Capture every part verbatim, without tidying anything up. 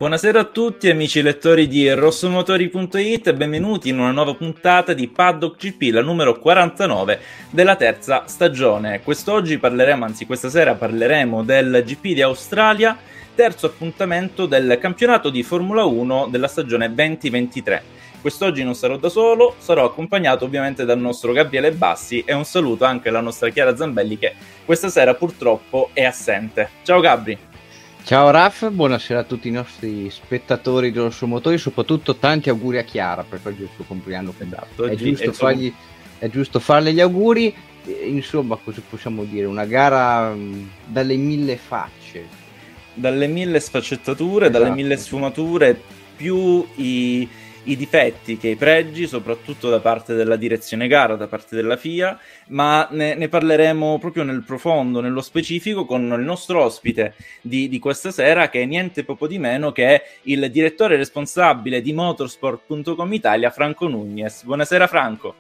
Buonasera a tutti amici lettori di rossomotori punto it e benvenuti in una nuova puntata di Paddock G P, la numero quarantanove della terza stagione. Quest'oggi parleremo, anzi questa sera parleremo del G P di Australia, terzo appuntamento del campionato di Formula uno della stagione venti ventitré. Quest'oggi non sarò da solo, sarò accompagnato ovviamente dal nostro Gabriele Bassi e un saluto anche alla nostra Chiara Zambelli che questa sera purtroppo è assente. Ciao Gabri! Ciao Raf, buonasera a tutti i nostri spettatori di Rossomotori, soprattutto tanti auguri a Chiara perché oggi è il suo compleanno, esatto, è, giusto è, fargli, è giusto farle gli auguri. Insomma, cosa possiamo dire? Una gara mh, dalle mille facce, dalle mille sfaccettature, esatto, dalle mille sfumature, più i, i difetti che i pregi, soprattutto da parte della direzione gara, da parte della F I A, ma ne, ne parleremo proprio nel profondo, nello specifico, con il nostro ospite di, di questa sera, che è niente poco di meno che il direttore responsabile di motorsport punto com Italia, Franco Nugnes. Buonasera Franco.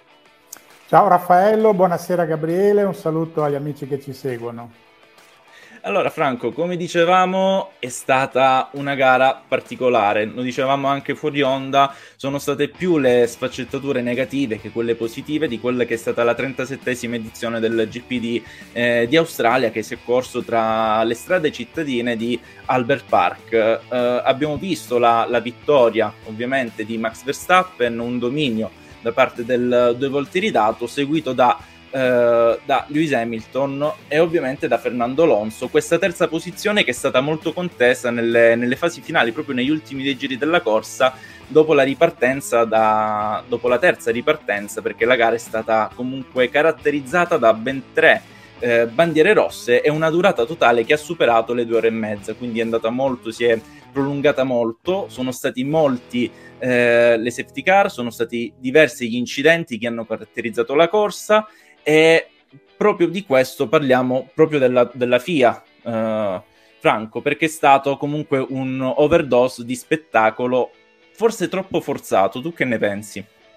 Ciao Raffaello, buonasera Gabriele, un saluto agli amici che ci seguono. Allora Franco, come dicevamo è stata una gara particolare, lo dicevamo anche fuori onda, sono state più le sfaccettature negative che quelle positive di quella che è stata la trentasettesima edizione del G P di, eh, di Australia, che si è corso tra le strade cittadine di Albert Park. Eh, abbiamo visto la, la vittoria ovviamente di Max Verstappen, un dominio da parte del due volte ridato, seguito da Uh, da Lewis Hamilton e ovviamente da Fernando Alonso. Questa terza posizione che è stata molto contesa nelle, nelle fasi finali, proprio negli ultimi dei giri della corsa, dopo la ripartenza da, dopo la terza ripartenza, perché la gara è stata comunque caratterizzata da ben tre eh, bandiere rosse e una durata totale che ha superato le due ore e mezza, quindi è andata molto, si è prolungata molto, sono stati molti eh, le safety car, sono stati diversi gli incidenti che hanno caratterizzato la corsa. E proprio di questo parliamo proprio della, della F I A, uh, Franco, perché è stato comunque un overdose di spettacolo forse troppo forzato. Tu che ne pensi?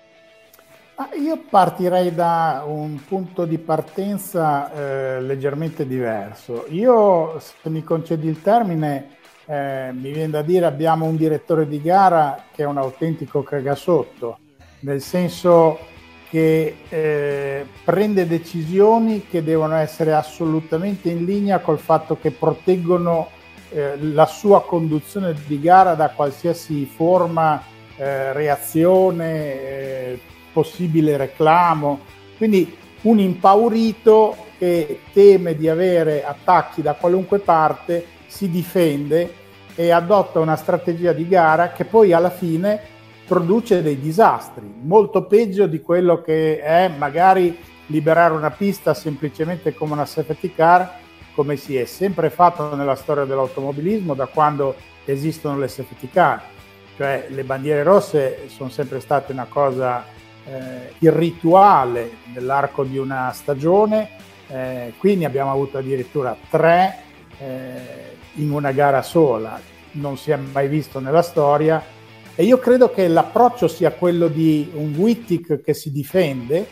Ah, io partirei da un punto di partenza eh, leggermente diverso. Io, se mi concedi il termine, eh, mi viene da dire abbiamo un direttore di gara che è un autentico cagasotto, nel senso che eh, prende decisioni che devono essere assolutamente in linea col fatto che proteggono eh, la sua conduzione di gara da qualsiasi forma, eh, reazione, eh, possibile reclamo. Quindi un impaurito che teme di avere attacchi da qualunque parte, si difende e adotta una strategia di gara che poi alla fine produce dei disastri, molto peggio di quello che è magari liberare una pista semplicemente come una safety car, come si è sempre fatto nella storia dell'automobilismo da quando esistono le safety car. Cioè le bandiere rosse sono sempre state una cosa eh, irrituale nell'arco di una stagione, eh, qui ne abbiamo avuto addirittura tre eh, in una gara sola, non si è mai visto nella storia. E io credo che l'approccio sia quello di un Wittig che si difende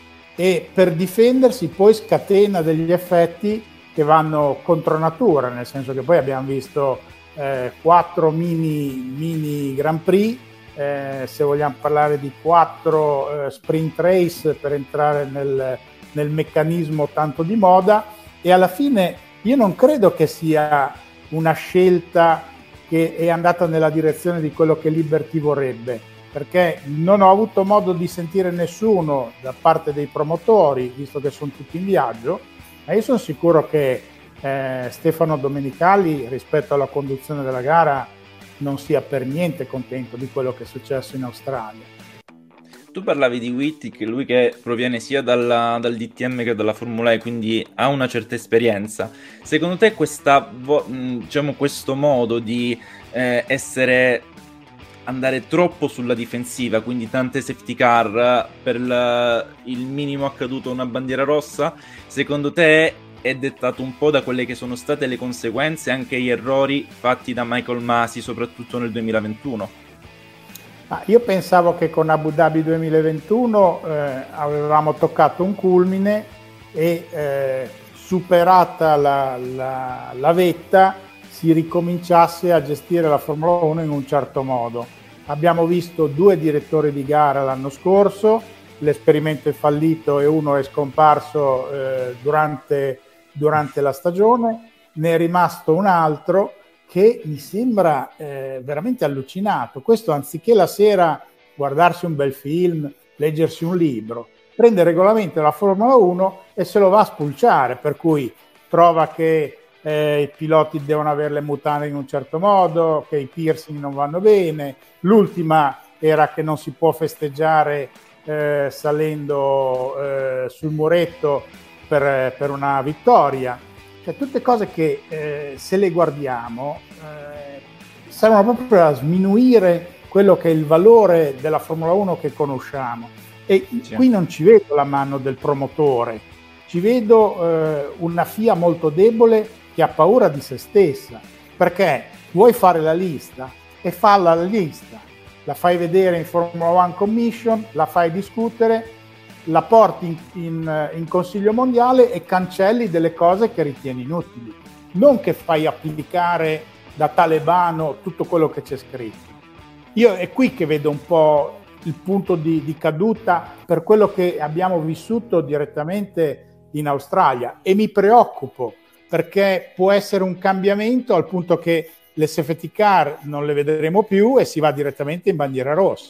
e per difendersi poi scatena degli effetti che vanno contro natura, nel senso che poi abbiamo visto eh, quattro mini, mini Grand Prix, eh, se vogliamo parlare di quattro eh, sprint race per entrare nel, nel meccanismo tanto di moda, e alla fine io non credo che sia una scelta che è andata nella direzione di quello che Liberty vorrebbe, perché non ho avuto modo di sentire nessuno da parte dei promotori, visto che sono tutti in viaggio, ma io sono sicuro che eh, Stefano Domenicali rispetto alla conduzione della gara non sia per niente contento di quello che è successo in Australia. Tu parlavi di Wittig, lui che proviene sia dalla, dal D T M che dalla Formula E, quindi ha una certa esperienza. Secondo te questa, diciamo, questo modo di eh, essere andare troppo sulla difensiva, quindi tante safety car per il, il minimo accaduto una bandiera rossa, secondo te è dettato un po' da quelle che sono state le conseguenze, anche gli errori fatti da Michael Masi, soprattutto nel duemilaventuno? Ah, io pensavo che con Abu Dhabi duemilaventuno eh, avevamo toccato un culmine e eh, superata la, la, la vetta si ricominciasse a gestire la Formula uno in un certo modo. Abbiamo visto due direttori di gara l'anno scorso, l'esperimento è fallito e uno è scomparso eh, durante, durante la stagione, ne è rimasto un altro che mi sembra eh, veramente allucinato. Questo, anziché la sera guardarsi un bel film, leggersi un libro, prende il regolamento della Formula uno e se lo va a spulciare, per cui trova che eh, i piloti devono avere le mutande in un certo modo, che i piercing non vanno bene. L'ultima era che non si può festeggiare eh, salendo eh, sul muretto per, per una vittoria. Cioè, tutte cose che eh, se le guardiamo eh, servono proprio a sminuire quello che è il valore della Formula uno che conosciamo. E sì, qui non ci vedo la mano del promotore, ci vedo eh, una F I A molto debole che ha paura di se stessa, perché vuoi fare la lista e falla la lista, la fai vedere in Formula One Commission, la fai discutere, la porti in, in, in Consiglio Mondiale e cancelli delle cose che ritieni inutili, non che fai applicare da talebano tutto quello che c'è scritto. Io è qui che vedo un po' il punto di, di caduta per quello che abbiamo vissuto direttamente in Australia, e mi preoccupo perché può essere un cambiamento al punto che le safety car non le vedremo più e si va direttamente in bandiera rossa.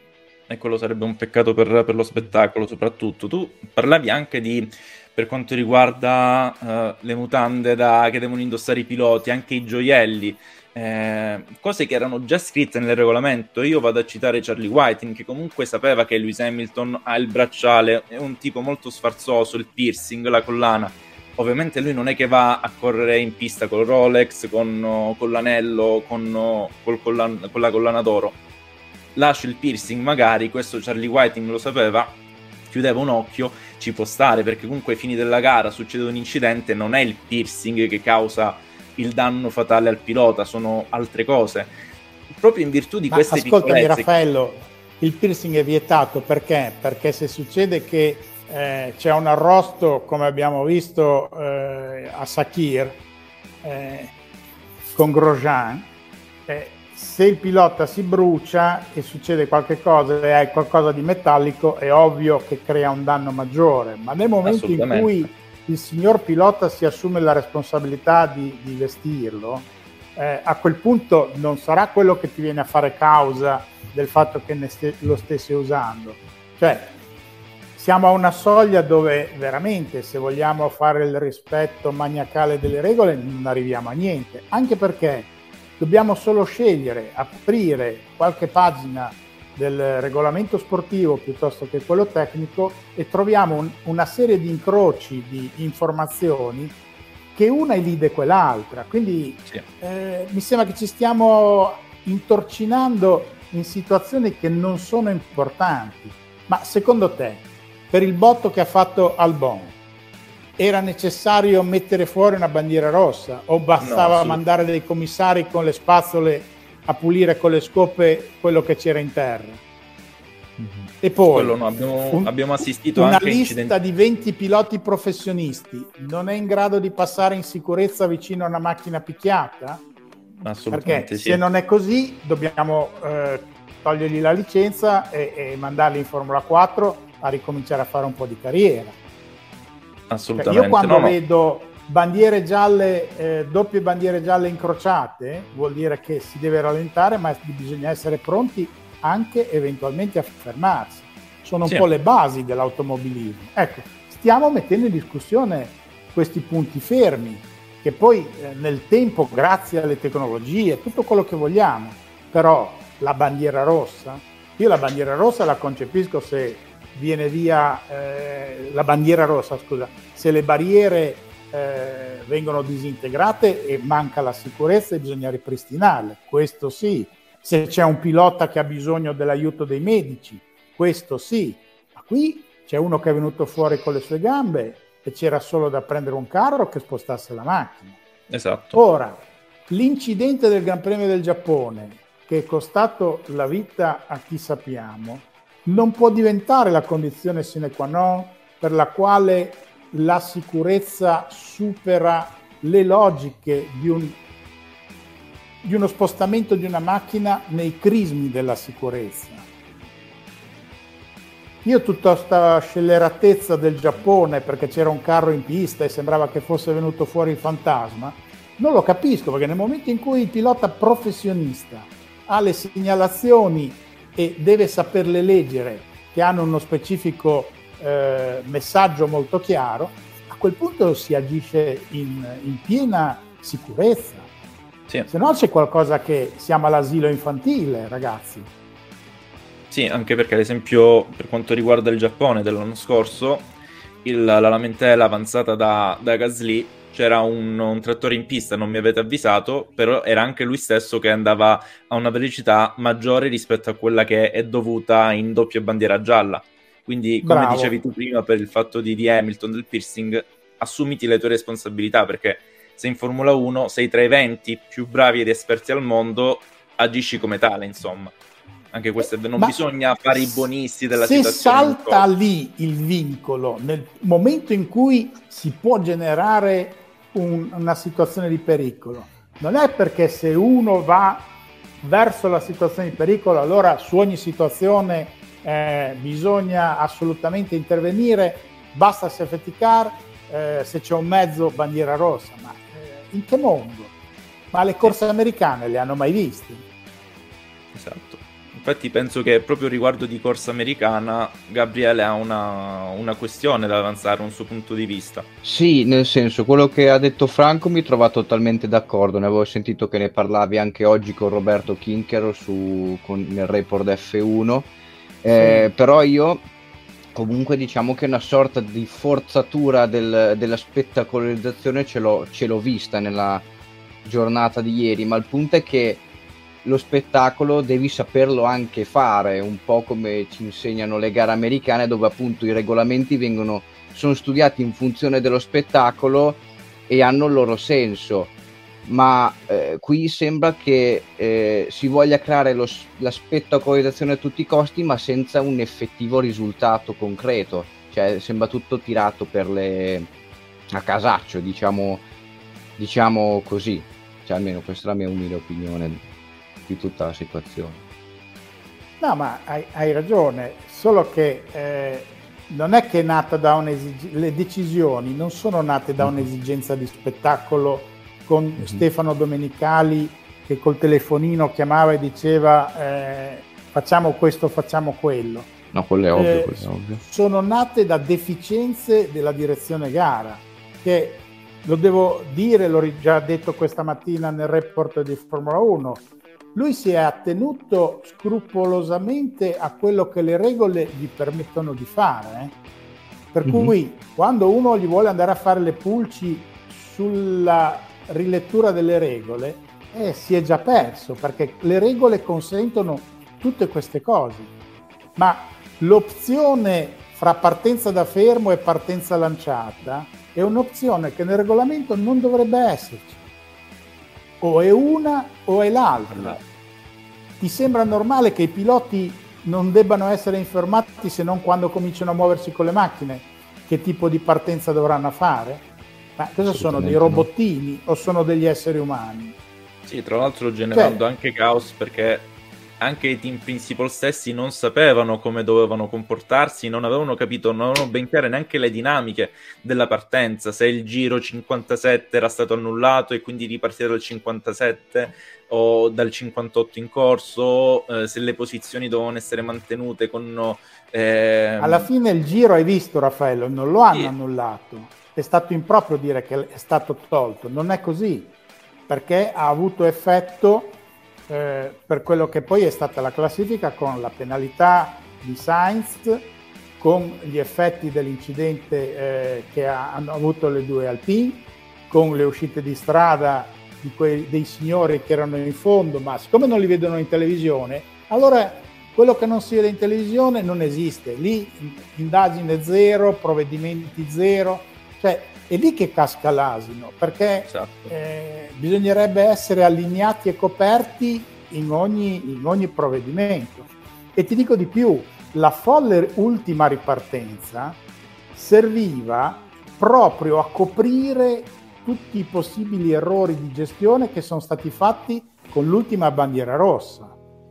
E quello sarebbe un peccato per, per lo spettacolo soprattutto. Tu parlavi anche di, per quanto riguarda uh, le mutande da, che devono indossare i piloti, anche i gioielli, eh, cose che erano già scritte nel regolamento. Io vado a citare Charlie Whiting, che comunque sapeva che Lewis Hamilton ha il bracciale, è un tipo molto sfarzoso, il piercing, la collana. Ovviamente lui non è che va a correre in pista col Rolex, con, con l'anello, con, col collan- con la collana d'oro. Lascia il piercing, magari, questo Charlie Whiting lo sapeva, chiudeva un occhio, ci può stare, perché comunque ai fini della gara succede un incidente, non è il piercing che causa il danno fatale al pilota, sono altre cose. Proprio in virtù di Ma queste ascoltami, piccolezze... Raffaello, il piercing è vietato perché? Perché se succede che eh, c'è un arrosto, come abbiamo visto eh, a Sakir eh, con Grosjean, eh, se il pilota si brucia e succede qualche cosa e hai qualcosa di metallico, è ovvio che crea un danno maggiore, ma nel momento in cui il signor pilota si assume la responsabilità di, di vestirlo, eh, a quel punto non sarà quello che ti viene a fare causa del fatto che ne st- lo stessi usando. Cioè, siamo a una soglia dove veramente, se vogliamo fare il rispetto maniacale delle regole, non arriviamo a niente, anche perché dobbiamo solo scegliere, aprire qualche pagina del regolamento sportivo piuttosto che quello tecnico e troviamo un, una serie di incroci di informazioni che una elide quell'altra. Quindi sì. eh, mi sembra che ci stiamo intorcinando in situazioni che non sono importanti. Ma secondo te, per il botto che ha fatto Albon, era necessario mettere fuori una bandiera rossa o bastava no, sì. mandare dei commissari con le spazzole a pulire con le scope quello che c'era in terra? Mm-hmm. E poi no, abbiamo, un, abbiamo assistito una anche lista incidenti. di venti piloti professionisti non è in grado di passare in sicurezza vicino a una macchina picchiata? Assolutamente perché sì. Se non è così dobbiamo eh, togliergli la licenza e, e mandarli in Formula quattro a ricominciare a fare un po' di carriera. Assolutamente. Cioè, io quando no, no. vedo bandiere gialle, eh, doppie bandiere gialle incrociate, vuol dire che si deve rallentare, ma bisogna essere pronti anche eventualmente a fermarsi. Sono un sì. po' le basi dell'automobilismo. Ecco, stiamo mettendo in discussione questi punti fermi, che poi eh, nel tempo, grazie alle tecnologie, tutto quello che vogliamo, però la bandiera rossa, io la bandiera rossa la concepisco se viene via eh, la bandiera rossa, scusa, se le barriere eh, vengono disintegrate e manca la sicurezza e bisogna ripristinarle, questo sì. Se c'è un pilota che ha bisogno dell'aiuto dei medici, questo sì. Ma qui c'è uno che è venuto fuori con le sue gambe e c'era solo da prendere un carro che spostasse la macchina. Esatto. Ora, l'incidente del Gran Premio del Giappone, che è costato la vita a chi sappiamo, non può diventare la condizione sine qua non per la quale la sicurezza supera le logiche di un di uno spostamento di una macchina nei crismi della sicurezza. Io tutta questa scelleratezza del Giappone perché c'era un carro in pista e sembrava che fosse venuto fuori il fantasma, non lo capisco, perché nel momento in cui il pilota professionista ha le segnalazioni e deve saperle leggere, che hanno uno specifico eh, messaggio molto chiaro, a quel punto si agisce in, in piena sicurezza. Sì. Se no c'è qualcosa che siamo all'asilo infantile, ragazzi. Sì, anche perché ad esempio per quanto riguarda il Giappone dell'anno scorso, il, la lamentela avanzata da, da Gasly, c'era un, un trattore in pista, non mi avete avvisato, però era anche lui stesso che andava a una velocità maggiore rispetto a quella che è dovuta in doppia bandiera gialla. Quindi, come Bravo. dicevi tu prima, per il fatto di, di Hamilton, del piercing, assumiti le tue responsabilità, perché se in Formula uno sei tra i venti più bravi ed esperti al mondo, agisci come tale, insomma. Anche questo è, non Ma bisogna fare i buonisti della se situazione. salta lì il vincolo nel momento in cui si può generare un, una situazione di pericolo, non è perché se uno va verso la situazione di pericolo allora su ogni situazione eh, bisogna assolutamente intervenire, basta safety car, eh, se c'è un mezzo bandiera rossa. Ma eh, in che mondo? Ma le corse americane le hanno mai viste? Esatto. Infatti penso che proprio riguardo di corsa americana Gabriele ha una, una questione da avanzare, un suo punto di vista. Sì, nel senso, quello che ha detto Franco mi trova totalmente d'accordo, ne avevo sentito che ne parlavi anche oggi con Roberto Kinchero su, con, nel report F uno, eh, Sì. però io comunque diciamo che una sorta di forzatura del, della spettacolarizzazione ce l'ho, ce l'ho vista nella giornata di ieri, ma il punto è che lo spettacolo devi saperlo anche fare, un po' come ci insegnano le gare americane, dove appunto i regolamenti vengono, sono studiati in funzione dello spettacolo e hanno il loro senso, ma eh, qui sembra che eh, si voglia creare lo, la spettacolarizzazione a tutti i costi, ma senza un effettivo risultato concreto, cioè sembra tutto tirato per le a casaccio, diciamo, diciamo così, cioè almeno questa è la mia umile opinione di tutta la situazione. No, ma hai, hai ragione, solo che eh, non è che è nata da un'esigenza, le decisioni non sono nate da un'esigenza di spettacolo con mm-hmm. Stefano Domenicali che col telefonino chiamava e diceva eh, facciamo questo, facciamo quello. No, quello è ovvio, Eh, quello è ovvio. Sono nate da deficienze della direzione gara, che lo devo dire, l'ho già detto questa mattina nel report di Formula uno, lui si è attenuto scrupolosamente a quello che le regole gli permettono di fare, eh? Per mm-hmm. cui quando uno gli vuole andare a fare le pulci sulla rilettura delle regole, eh, si è già perso, perché le regole consentono tutte queste cose, ma l'opzione fra partenza da fermo e partenza lanciata è un'opzione che nel regolamento non dovrebbe esserci. O è una o è l'altra. Ti sembra normale che i piloti non debbano essere informati se non quando cominciano a muoversi con le macchine che tipo di partenza dovranno fare? Ma cosa sono, dei robottini no. o sono degli esseri umani? Sì, tra l'altro generando cioè, anche caos, perché anche i team principal stessi non sapevano come dovevano comportarsi, non avevano capito, non avevano ben chiare neanche le dinamiche della partenza, se il giro cinquantasette era stato annullato e quindi ripartire dal cinquantasette o dal cinquantotto in corso, eh, se le posizioni dovevano essere mantenute con... Eh... Alla fine il giro, hai visto Raffaello, non lo hanno sì. annullato, è stato improprio dire che è stato tolto, non è così, perché ha avuto effetto Eh, per quello che poi è stata la classifica, con la penalità di Sainz, con gli effetti dell'incidente eh, che ha, hanno avuto le due Alpine, con le uscite di strada di quei, dei signori che erano in fondo, ma siccome non li vedono in televisione, allora quello che non si vede in televisione non esiste, lì indagine zero, provvedimenti zero, cioè è lì che casca l'asino, perché esatto. eh, bisognerebbe essere allineati e coperti in ogni, in ogni provvedimento. E ti dico di più, la folle ultima ripartenza serviva proprio a coprire tutti i possibili errori di gestione che sono stati fatti con l'ultima bandiera rossa.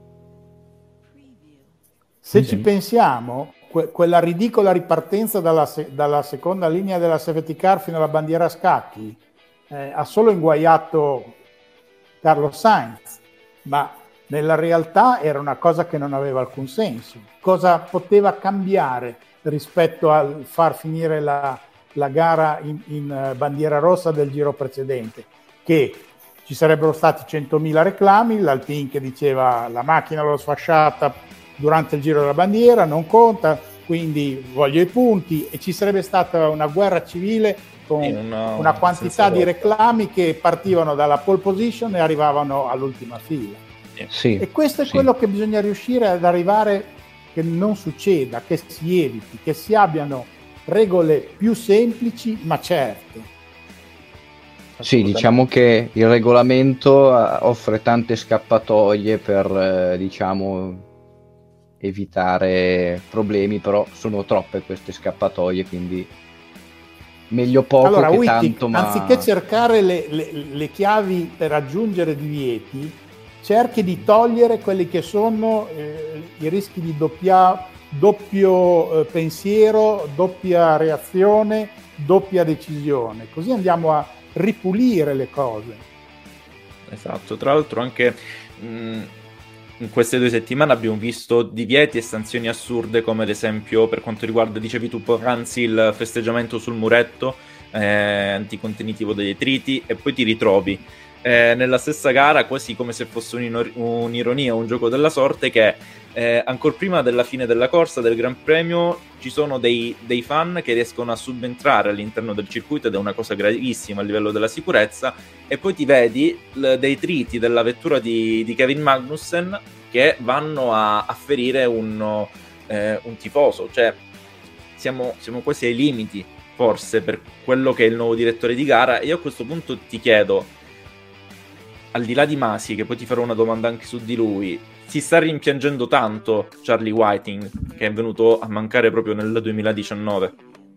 Se Mm-hmm. ci pensiamo, que- quella ridicola ripartenza dalla, se- dalla seconda linea della safety car fino alla bandiera a scacchi eh, ha solo inguaiato Carlos Sainz, ma nella realtà era una cosa che non aveva alcun senso. Cosa poteva cambiare rispetto al far finire la, la gara in, in bandiera rossa del giro precedente? Che ci sarebbero stati centomila reclami, l'Alpine che diceva la macchina l'ho sfasciata durante il giro della bandiera, non conta, quindi voglio i punti, e ci sarebbe stata una guerra civile con una, una quantità di reclami che partivano dalla pole position e arrivavano all'ultima fila. Sì, e questo è sì. quello che bisogna riuscire ad arrivare, che non succeda, che si eviti, che si abbiano regole più semplici ma certe. Sì, diciamo che il regolamento eh, offre tante scappatoie per, eh, diciamo, evitare problemi, però sono troppe queste scappatoie, quindi meglio poco allora, che Wittig, tanto, ma... anziché cercare le, le, le chiavi per aggiungere divieti, cerchi di togliere quelli che sono eh, i rischi di doppia, doppio eh, pensiero, doppia reazione, doppia decisione. Così andiamo a ripulire le cose. Esatto, tra l'altro anche mh, in queste due settimane abbiamo visto divieti e sanzioni assurde, come ad esempio per quanto riguarda, dicevi tu poc'anzi, il festeggiamento sul muretto eh, anticontenitivo dei detriti, e poi ti ritrovi eh, nella stessa gara quasi come se fosse un'ino- un'ironia, un gioco della sorte, che eh, ancora prima della fine della corsa del Gran Premio ci sono dei, dei fan che riescono a subentrare all'interno del circuito, ed è una cosa gravissima a livello della sicurezza, e poi ti vedi l- dei triti della vettura di, di Kevin Magnussen che vanno a, a ferire un, eh, un tifoso. Cioè siamo, siamo quasi ai limiti forse per quello che è il nuovo direttore di gara. E io a questo punto ti chiedo, al di là di Masi, che poi ti farò una domanda anche su di lui, si sta rimpiangendo tanto Charlie Whiting, che è venuto a mancare proprio nel duemiladiciannove?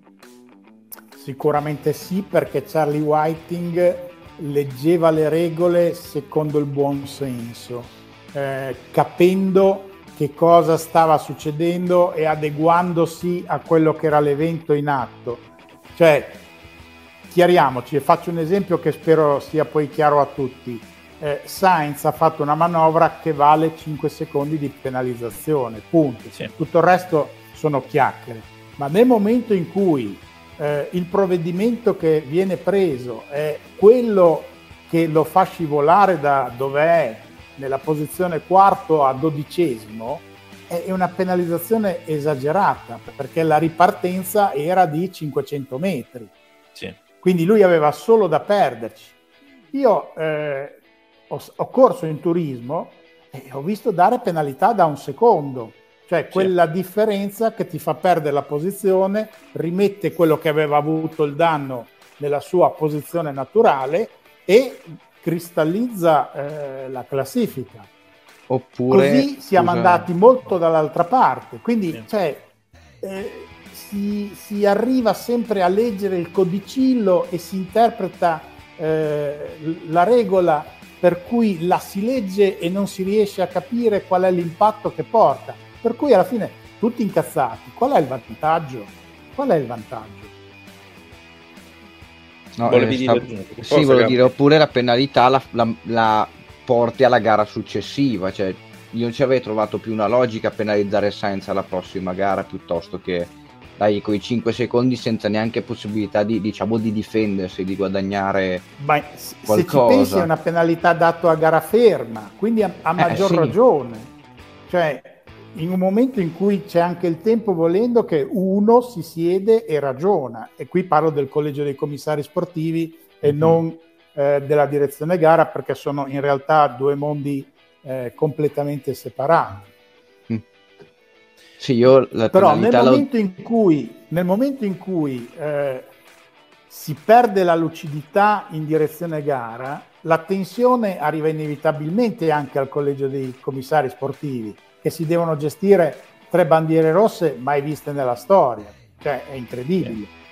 Sicuramente sì, perché Charlie Whiting leggeva le regole secondo il buon senso, eh, capendo che cosa stava succedendo e adeguandosi a quello che era l'evento in atto. Cioè, chiariamoci, e faccio un esempio che spero sia poi chiaro a tutti. Eh, Sainz ha fatto una manovra che vale cinque secondi di penalizzazione, punto. Sì. Tutto il resto sono chiacchiere, ma nel momento in cui eh, il provvedimento che viene preso è quello che lo fa scivolare da dove è, nella posizione quarto a dodicesimo, è una penalizzazione esagerata, perché la ripartenza era di cinquecento metri. Sì. Quindi lui aveva solo da perderci. Io eh, ho, ho corso in turismo e ho visto dare penalità da un secondo, cioè quella sì. differenza che ti fa perdere la posizione, rimette quello che aveva avuto il danno nella sua posizione naturale e cristallizza eh, la classifica. Oppure, così siamo scusa. andati molto dall'altra parte. Quindi sì. cioè, eh, si, si arriva sempre a leggere il codicillo e si interpreta eh, la regola, per cui la si legge e non si riesce a capire qual è l'impatto che porta. Per cui alla fine tutti incazzati. Qual è il vantaggio? Qual è il vantaggio? No, Volevi eh, sta... dire, sì, volevo dire, oppure la penalità la, la, la porti alla gara successiva, cioè io non ci avrei trovato più una logica a penalizzare Sainz alla prossima gara, piuttosto che dai con i cinque secondi senza neanche possibilità di, diciamo, di difendersi, di guadagnare Ma qualcosa. Se ci pensi è una penalità data a gara ferma, quindi a, a maggior eh, sì. ragione, cioè in un momento in cui c'è anche il tempo, volendo, che uno si siede e ragiona, e qui parlo del collegio dei commissari sportivi e mm-hmm. non eh, della direzione gara, perché sono in realtà due mondi eh, completamente separati. Mm. Sì, io la Però nel lo... momento in cui, nel momento in cui eh, si perde la lucidità in direzione gara, la tensione arriva inevitabilmente anche al collegio dei commissari sportivi, che si devono gestire tre bandiere rosse mai viste nella storia, cioè è incredibile.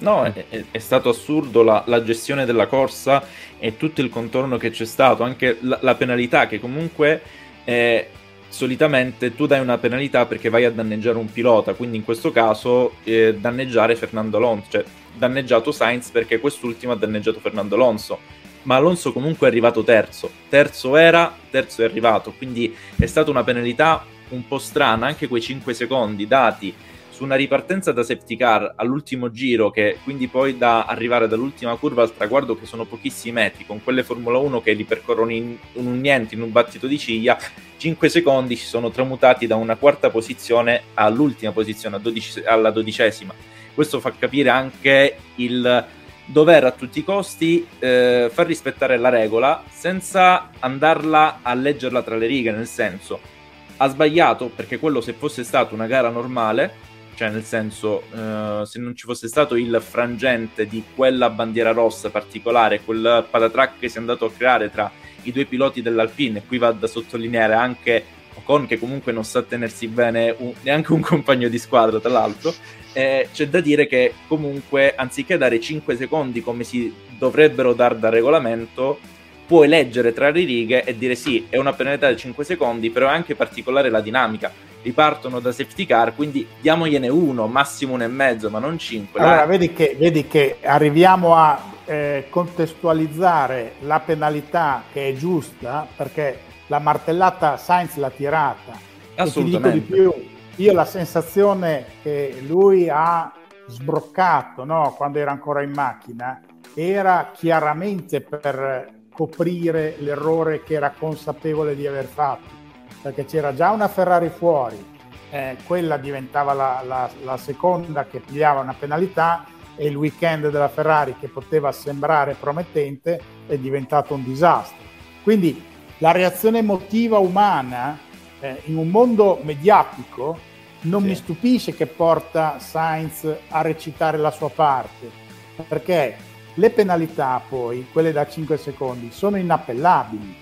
No, è, è- è stato assurdo la, la gestione della corsa e tutto il contorno che c'è stato, anche la, la penalità che comunque eh, solitamente tu dai una penalità perché vai a danneggiare un pilota, quindi in questo caso eh, danneggiare Fernando Alonso, cioè danneggiato Sainz perché quest'ultimo ha danneggiato Fernando Alonso, ma Alonso comunque è arrivato terzo, terzo era, terzo è arrivato, quindi è stata una penalità un po' strana, anche quei cinque secondi dati su una ripartenza da safety car all'ultimo giro, che quindi poi da arrivare dall'ultima curva al traguardo, che sono pochissimi metri, con quelle Formula uno che li percorrono in, in un niente, in un battito di ciglia, cinque secondi si sono tramutati da una quarta posizione all'ultima posizione, a dodici, alla dodicesima. Questo fa capire anche il dover a tutti i costi eh, far rispettare la regola senza andarla a leggerla tra le righe, nel senso, ha sbagliato perché quello, se fosse stata una gara normale, cioè nel senso eh, se non ci fosse stato il frangente di quella bandiera rossa particolare, quel patatrack che si è andato a creare tra i due piloti dell'Alpine, e qui va da sottolineare anche Ocon che comunque non sa tenersi bene un, neanche un compagno di squadra tra l'altro, eh, c'è da dire che comunque anziché dare cinque secondi come si dovrebbero dar da regolamento, puoi leggere tra le righe e dire sì, è una penalità di cinque secondi, però è anche particolare la dinamica, ripartono da safety car, quindi diamogliene uno, massimo uno e mezzo, ma non cinque. Allora, vedi che, vedi che arriviamo a eh, contestualizzare la penalità che è giusta, perché la martellata Sainz l'ha tirata. Assolutamente. E ti dico di più, io ho la sensazione che lui ha sbroccato, no, quando era ancora in macchina, era chiaramente per coprire l'errore che era consapevole di aver fatto, perché c'era già una Ferrari fuori, eh, quella diventava la, la, la seconda che pigliava una penalità, e il weekend della Ferrari, che poteva sembrare promettente, è diventato un disastro. Quindi la reazione emotiva umana eh, in un mondo mediatico non sì. mi stupisce che porta Sainz a recitare la sua parte, perché le penalità poi, quelle da cinque secondi, sono inappellabili.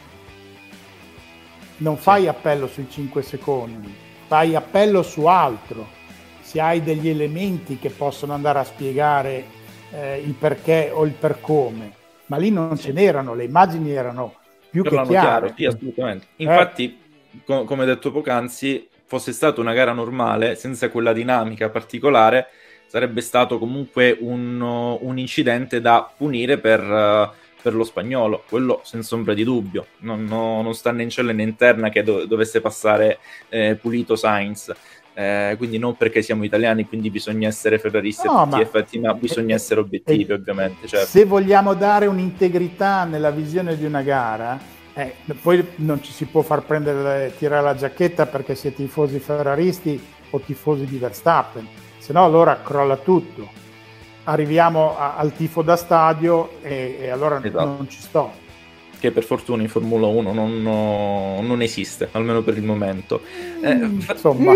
Non fai appello sui cinque secondi, fai appello su altro. Se hai degli elementi che possono andare a spiegare eh, il perché o il per come, ma lì non ce n'erano, le immagini erano più che chiare. Chiaro, sì, assolutamente. Infatti, eh. com- come detto poc'anzi, fosse stata una gara normale, senza quella dinamica particolare, sarebbe stato comunque un, un incidente da punire per, uh, per lo spagnolo, quello senza ombra di dubbio. Non, no, non sta né in cielo né in terra che do- dovesse passare eh, pulito Sainz. Eh, quindi non perché siamo italiani, quindi bisogna essere ferraristi no, a tutti ma gli effetti, ma bisogna essere obiettivi, eh, ovviamente. Certo. Se vogliamo dare un'integrità nella visione di una gara, eh, poi non ci si può far prendere, tirare la giacchetta perché si è tifosi ferraristi o tifosi di Verstappen, se no allora crolla tutto. Arriviamo a, al tifo da stadio e, e allora esatto. non ci sto. Che per fortuna in Formula uno non, no, non esiste, almeno per il momento. Eh, Insomma,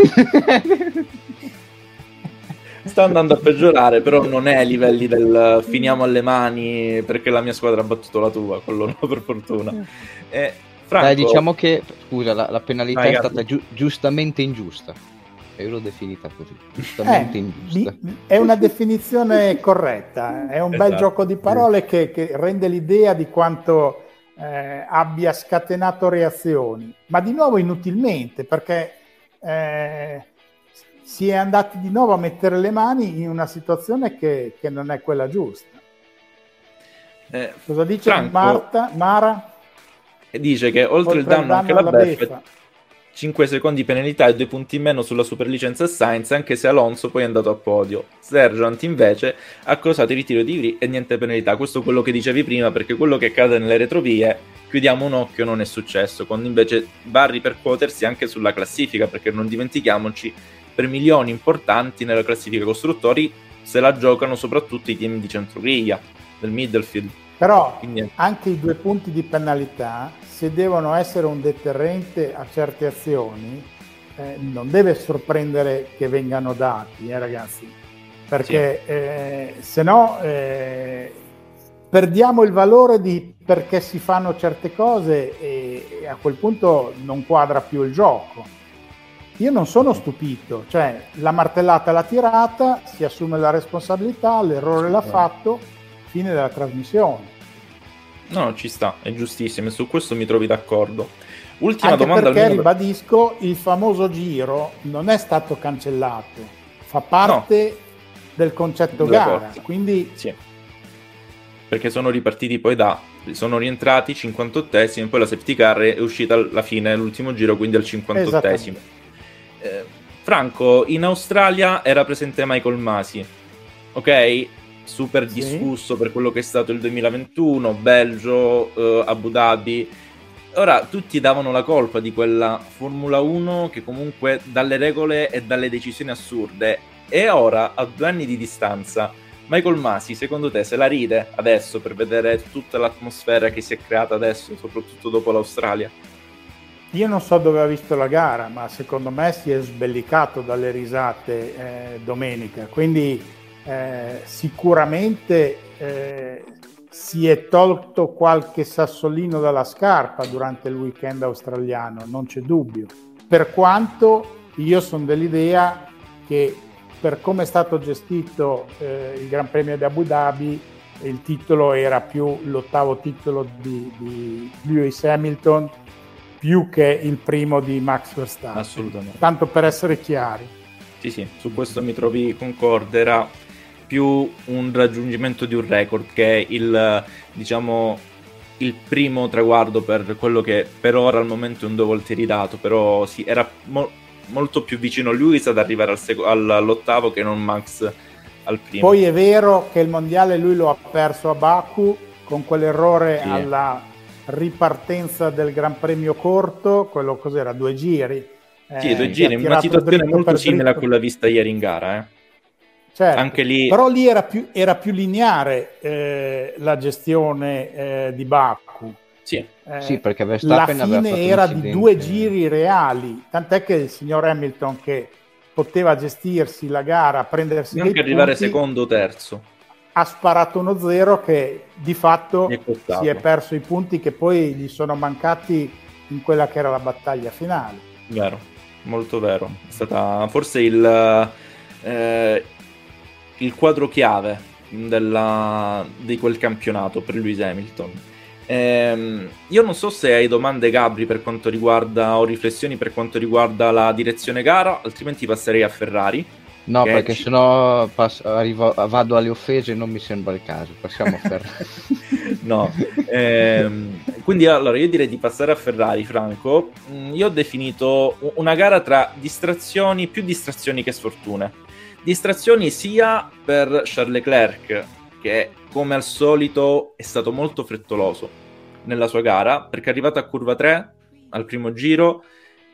sta andando a peggiorare, però non è ai livelli del finiamo alle mani perché la mia squadra ha battuto la tua, quello no, per fortuna. Eh, Franco... Dai, diciamo che, scusa, la, la penalità Vai, è stata giu- giustamente ingiusta. Io l'ho definita così, giustamente eh, ingiusta. È una definizione corretta, è un esatto. bel gioco di parole che, che rende l'idea di quanto eh, abbia scatenato reazioni, ma di nuovo inutilmente, perché eh, si è andati di nuovo a mettere le mani in una situazione che, che non è quella giusta. Eh, Cosa dice Franco, Marta, Mara? Dice che oltre, oltre il danno, danno anche la beffa, beffa. cinque secondi penalità e due punti in meno sulla superlicenza Sainz, anche se Alonso poi è andato a podio. Sergeant invece ha causato il ritiro di Gris e niente penalità. Questo è quello che dicevi prima, perché quello che accade nelle retrovie, chiudiamo un occhio, non è successo, quando invece va a ripercuotersi anche sulla classifica, perché non dimentichiamoci, per milioni importanti nella classifica costruttori se la giocano soprattutto i team di centrogriglia, del midfield. Però Quindi... anche i due punti di penalità, se devono essere un deterrente a certe azioni, eh, non deve sorprendere che vengano dati, eh, ragazzi, perché sì. eh, se no eh, perdiamo il valore di perché si fanno certe cose e, e a quel punto non quadra più il gioco. io non sono stupito, cioè la martellata l'ha tirata, si assume la responsabilità, l'errore l'ha fatto, fine della trasmissione. No, ci sta, è giustissimo, e su questo mi trovi d'accordo. Ultima Anche domanda. perché, almeno... ribadisco, il famoso giro non è stato cancellato, fa parte no. del concetto Due gara, corse. quindi... Sì. Perché sono ripartiti poi da... sono rientrati cinquantottesimi, poi la safety car è uscita alla fine, l'ultimo giro, quindi al cinquantottesimo. Eh, Franco, in Australia era presente Michael Masi, ok? Super sì. discusso per quello che è stato il duemilaventuno, Belgio, eh, Abu Dhabi. Ora, tutti davano la colpa di quella Formula uno che comunque dalle regole e dalle decisioni assurde. E ora, a due anni di distanza, Michael Masi, secondo te, se la ride adesso per vedere tutta l'atmosfera che si è creata adesso, soprattutto dopo l'Australia? Io non so dove ha visto la gara, ma secondo me si è sbellicato dalle risate eh, domenica, quindi eh, sicuramente eh, si è tolto qualche sassolino dalla scarpa durante il weekend australiano, non c'è dubbio. Per quanto io sono dell'idea che per come è stato gestito eh, il Gran Premio di Abu Dhabi, il titolo era più l'ottavo titolo di, di Lewis Hamilton più che il primo di Max Verstappen. Assolutamente. Tanto per essere chiari. Sì, sì, su questo mi trovi concorde. Era più un raggiungimento di un record che è il, diciamo, il primo traguardo per quello che per ora al momento è un due volte ridato, però sì, era mo- molto più vicino Lewis ad arrivare al sec- all'ottavo che non Max al primo. Poi è vero che il mondiale lui lo ha perso a Baku con quell'errore sì. alla ripartenza del Gran Premio corto, quello cos'era, due giri. Sì, eh, due giri, una situazione molto simile a quella vista ieri in gara, eh. Certo, anche lì... però lì era più, era più lineare eh, la gestione eh, di Baku. Sì, eh, sì, perché Verstappen la fine era di due giri reali, tant'è che il signor Hamilton, che poteva gestirsi la gara, prendersi anche dei arrivare punti, secondo o terzo, ha sparato uno zero che di fatto è si è perso i punti che poi gli sono mancati in quella che era la battaglia finale. Vero, molto vero. È stata forse il, eh, il quadro chiave della, di quel campionato per Lewis Hamilton. Eh, io non so se hai domande, Gabri, per quanto riguarda o riflessioni per quanto riguarda la direzione gara, altrimenti passerei a Ferrari. No, che perché ci... sennò passo, arrivo, vado alle offese e non mi sembra il caso. Passiamo a Ferrari. No, ehm, quindi allora io direi di passare a Ferrari, Franco. Io ho definito una gara tra distrazioni, più distrazioni che sfortune. Distrazioni sia per Charles Leclerc, che come al solito è stato molto frettoloso nella sua gara, perché è arrivato a curva tre al primo giro.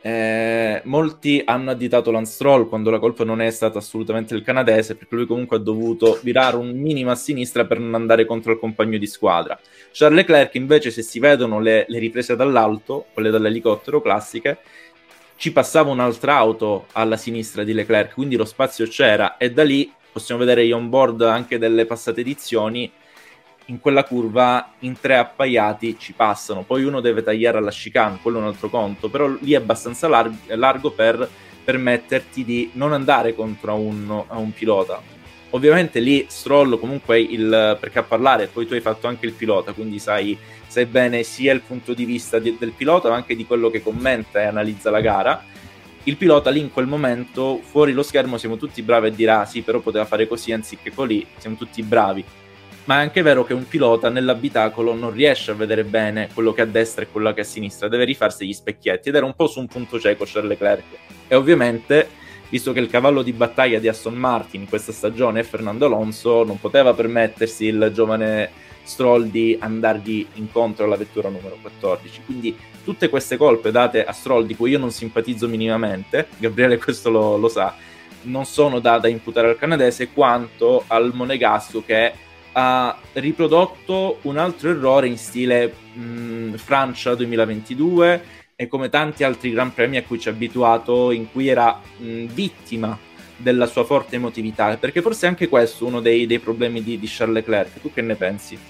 Eh, molti hanno additato Lance Stroll quando la colpa non è stata assolutamente del canadese, perché lui comunque ha dovuto virare un minimo a sinistra per non andare contro il compagno di squadra. Charles Leclerc invece, se si vedono le, le riprese dall'alto, quelle dall'elicottero classiche, ci passava un'altra auto alla sinistra di Leclerc, quindi lo spazio c'era, e da lì possiamo vedere gli on-board anche delle passate edizioni. In quella curva in tre appaiati ci passano, poi uno deve tagliare alla chicane, quello è un altro conto, però lì è abbastanza largo, largo per permetterti di non andare contro a un, a un pilota. Ovviamente lì Stroll comunque il, perché a parlare poi tu hai fatto anche il pilota, quindi sai, sai bene sia il punto di vista di, del pilota ma anche di quello che commenta e analizza la gara. Il pilota lì in quel momento fuori lo schermo siamo tutti bravi a dire ah sì, però poteva fare così anziché così, siamo tutti bravi. Ma è anche vero che un pilota nell'abitacolo non riesce a vedere bene quello che è a destra e quello che è a sinistra, deve rifarsi gli specchietti, ed era un po' su un punto cieco Charles Leclerc. E ovviamente, visto che il cavallo di battaglia di Aston Martin in questa stagione è Fernando Alonso, non poteva permettersi il giovane Stroll di andargli incontro alla vettura numero quattordici. Quindi tutte queste colpe date a Stroll, di cui io non simpatizzo minimamente, Gabriele questo lo, lo sa, non sono da, da imputare al canadese quanto al monegasco, che ha riprodotto un altro errore in stile mh, Francia duemilaventidue e come tanti altri Gran Premi a cui ci ha abituato, in cui era mh, vittima della sua forte emotività, perché forse anche questo è uno dei, dei problemi di, di Charles Leclerc. Tu che ne pensi?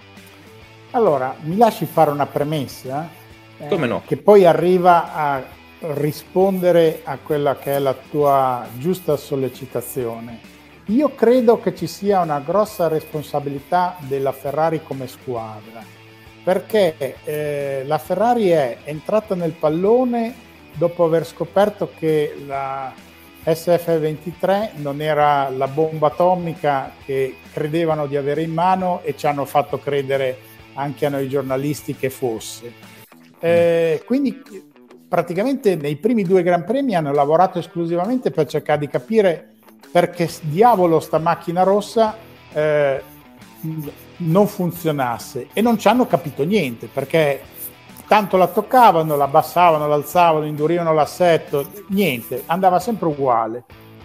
Allora, mi lasci fare una premessa, eh, come no? che poi arriva a rispondere a quella che è la tua giusta sollecitazione. Io credo che ci sia una grossa responsabilità della Ferrari come squadra, perché eh, la Ferrari è entrata nel pallone dopo aver scoperto che la S F ventitré non era la bomba atomica che credevano di avere in mano e ci hanno fatto credere anche a noi giornalisti che fosse. Eh, quindi praticamente nei primi due Gran Premi hanno lavorato esclusivamente per cercare di capire perché diavolo sta macchina rossa eh, non funzionasse, e non ci hanno capito niente, perché tanto la toccavano, la abbassavano, l'alzavano, indurivano l'assetto, niente, andava sempre uguale.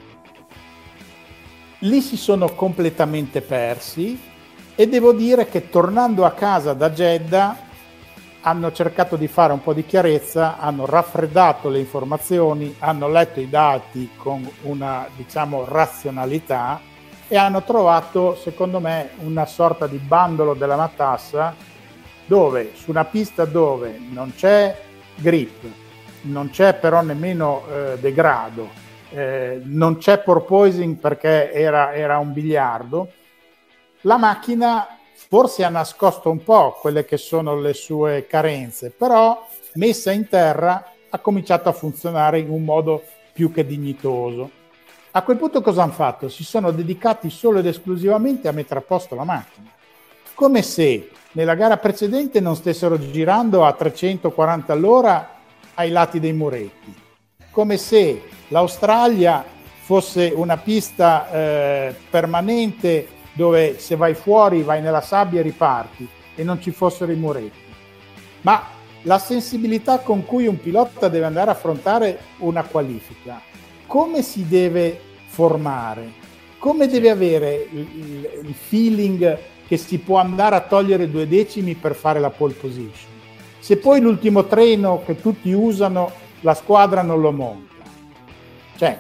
Lì si sono completamente persi, e devo dire che tornando a casa da Jeddah hanno cercato di fare un po' di chiarezza, hanno raffreddato le informazioni, hanno letto i dati con una, diciamo, razionalità, e hanno trovato, secondo me, una sorta di bandolo della matassa, dove su una pista dove non c'è grip, non c'è però nemmeno eh, degrado, eh, non c'è porpoising perché era, era un biliardo, la macchina forse ha nascosto un po' quelle che sono le sue carenze, però messa in terra ha cominciato a funzionare in un modo più che dignitoso. A quel punto cosa hanno fatto? Si sono dedicati solo ed esclusivamente a mettere a posto la macchina, come se nella gara precedente non stessero girando a trecentoquaranta all'ora ai lati dei muretti, come se l'Australia fosse una pista eh, permanente dove se vai fuori vai nella sabbia e riparti, e non ci fossero i muretti. Ma la sensibilità con cui un pilota deve andare a affrontare una qualifica, come si deve formare, come deve avere il, il, il feeling che si può andare a togliere due decimi per fare la pole position, se poi l'ultimo treno che tutti usano la squadra non lo monta. Cioè,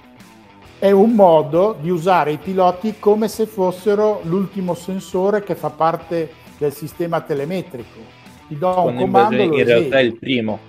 è un modo di usare i piloti come se fossero l'ultimo sensore che fa parte del sistema telemetrico. Ti do un Quando comando, invece in realtà è il primo.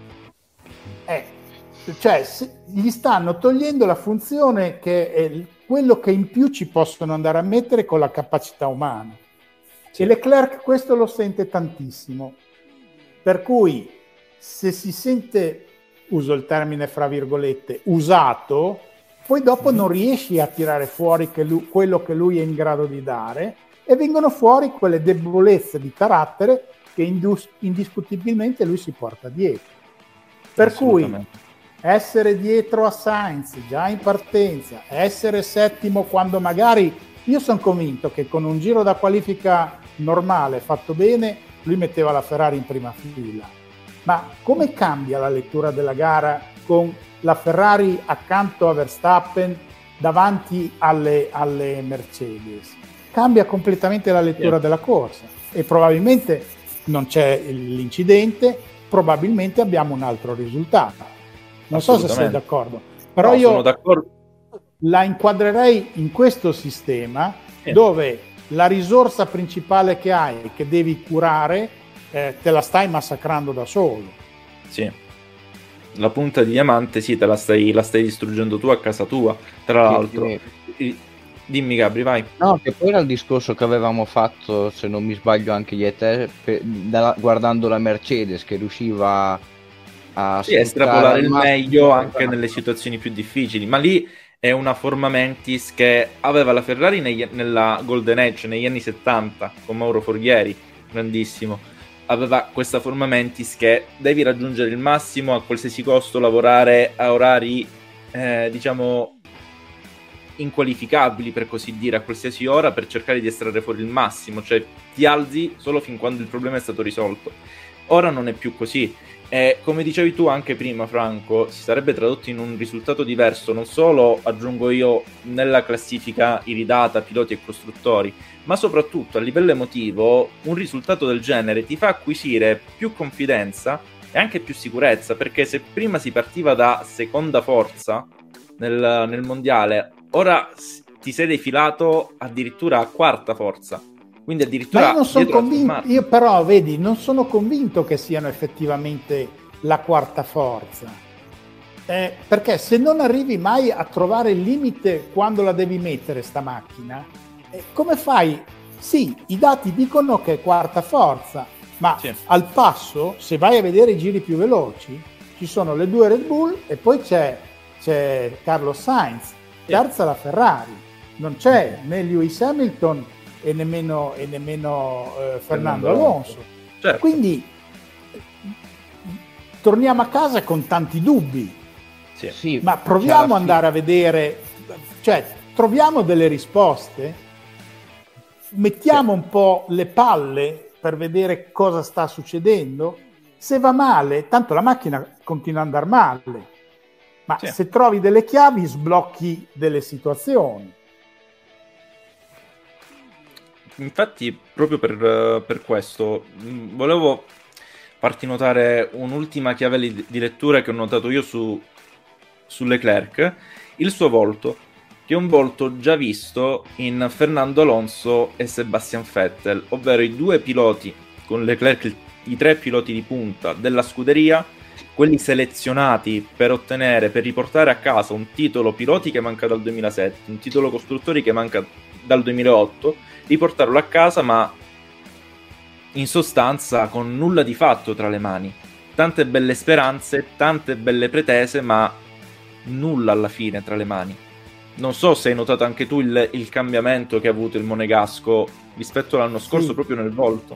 Eh, cioè, se, gli stanno togliendo la funzione che è quello che in più ci possono andare a mettere con la capacità umana. Sì. E Leclerc questo lo sente tantissimo. Per cui, se si sente, uso il termine fra virgolette, usato, poi dopo non riesci a tirare fuori che lui, quello che lui è in grado di dare, e vengono fuori quelle debolezze di carattere che indus- indiscutibilmente lui si porta dietro. Per cui essere dietro a Sainz già in partenza, essere settimo quando magari, io sono convinto che con un giro da qualifica normale fatto bene lui metteva la Ferrari in prima fila, ma come cambia la lettura della gara con la Ferrari accanto a Verstappen davanti alle, alle Mercedes? Cambia completamente la lettura yeah. della corsa, e probabilmente non c'è l'incidente, probabilmente abbiamo un altro risultato. Non so se sei d'accordo, però no, io sono d'accordo. La inquadrerei in questo sistema yeah. dove la risorsa principale che hai, che devi curare, eh, te la stai massacrando da solo. Sì. La punta di diamante, sì, te la stai, la stai distruggendo tu a casa tua, tra l'altro. Sì, sì. Dimmi Gabri, vai. No, che poi era il discorso che avevamo fatto, se non mi sbaglio anche io e te, per, da, guardando la Mercedes che riusciva a sì, estrapolare il meglio anche nelle situazioni più difficili, ma lì è una forma mentis che aveva la Ferrari negli, nella Golden Age negli anni settanta con Mauro Forghieri, grandissimo. Aveva questa forma mentis che devi raggiungere il massimo a qualsiasi costo, lavorare a orari eh, diciamo inqualificabili, per così dire, a qualsiasi ora, per cercare di estrarre fuori il massimo, cioè ti alzi solo fin quando il problema è stato risolto. Ora non è più così, e come dicevi tu anche prima, Franco, si sarebbe tradotto in un risultato diverso, non solo, aggiungo io, nella classifica iridata piloti e costruttori, ma soprattutto a livello emotivo un risultato del genere ti fa acquisire più confidenza e anche più sicurezza, perché se prima si partiva da seconda forza nel, nel mondiale, ora ti sei defilato addirittura a quarta forza. Quindi addirittura ma io non sono convinto, io però vedi, non sono convinto che siano effettivamente la quarta forza. Eh, perché se non arrivi mai a trovare il limite quando la devi mettere sta macchina, eh, come fai? Sì, i dati dicono che è quarta forza, ma sì. Al passo, se vai a vedere i giri più veloci, ci sono le due Red Bull e poi c'è, c'è Carlos Sainz, terza la Ferrari, non c'è né Lewis Hamilton e nemmeno, e nemmeno eh, Fernando, Fernando Alonso. Certo. Quindi torniamo a casa con tanti dubbi. Sì. Sì, ma proviamo ad andare a vedere, cioè troviamo delle risposte, mettiamo sì. un po' le palle per vedere cosa sta succedendo. Se va male, tanto la macchina continua ad andare male, ma sì. se trovi delle chiavi sblocchi delle situazioni. Infatti proprio per, per questo volevo farti notare un'ultima chiave di lettura che ho notato io su su Leclerc, il suo volto, che è un volto già visto in Fernando Alonso e Sebastian Vettel, ovvero i due piloti con Leclerc, i tre piloti di punta della scuderia, quelli selezionati per ottenere, per riportare a casa un titolo piloti che manca dal duemilasette, un titolo costruttori che manca dal duemilaotto, riportarlo a casa ma in sostanza con nulla di fatto tra le mani. Tante belle speranze, tante belle pretese, ma nulla alla fine tra le mani. Non so se hai notato anche tu il, il cambiamento che ha avuto il monegasco rispetto all'anno scorso, sì. proprio nel volto.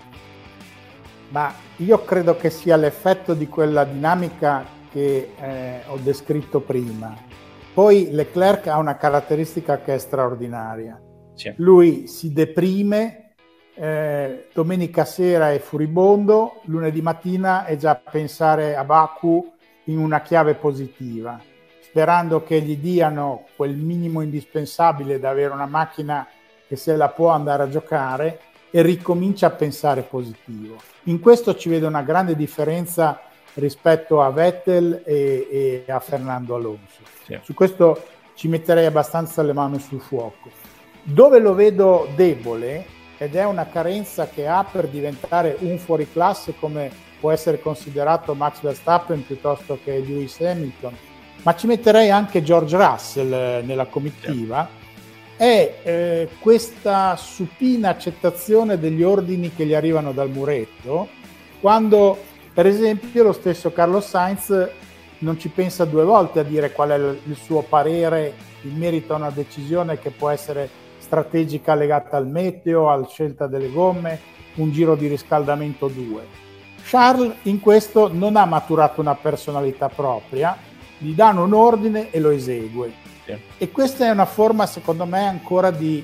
Ma io credo che sia l'effetto di quella dinamica che eh, ho descritto prima. Poi Leclerc ha una caratteristica che è straordinaria. Sì. Lui si deprime, eh, domenica sera è furibondo, lunedì mattina è già a pensare a Baku in una chiave positiva, sperando che gli diano quel minimo indispensabile da avere una macchina che se la può andare a giocare, e ricomincia a pensare positivo. In questo ci vedo una grande differenza rispetto a Vettel e, e a Fernando Alonso. Sì. Su questo ci metterei abbastanza le mani sul fuoco. Dove lo vedo debole, ed è una carenza che ha per diventare un fuoriclasse come può essere considerato Max Verstappen piuttosto che Lewis Hamilton, ma ci metterei anche George Russell nella comitiva, sì. è eh, questa supina accettazione degli ordini che gli arrivano dal muretto, quando per esempio lo stesso Carlos Sainz non ci pensa due volte a dire qual è il suo parere in merito a una decisione che può essere strategica legata al meteo, alla scelta delle gomme, un giro di riscaldamento due. Charles in questo non ha maturato una personalità propria, gli danno un ordine e lo esegue. Sì. E questa è una forma, secondo me, ancora di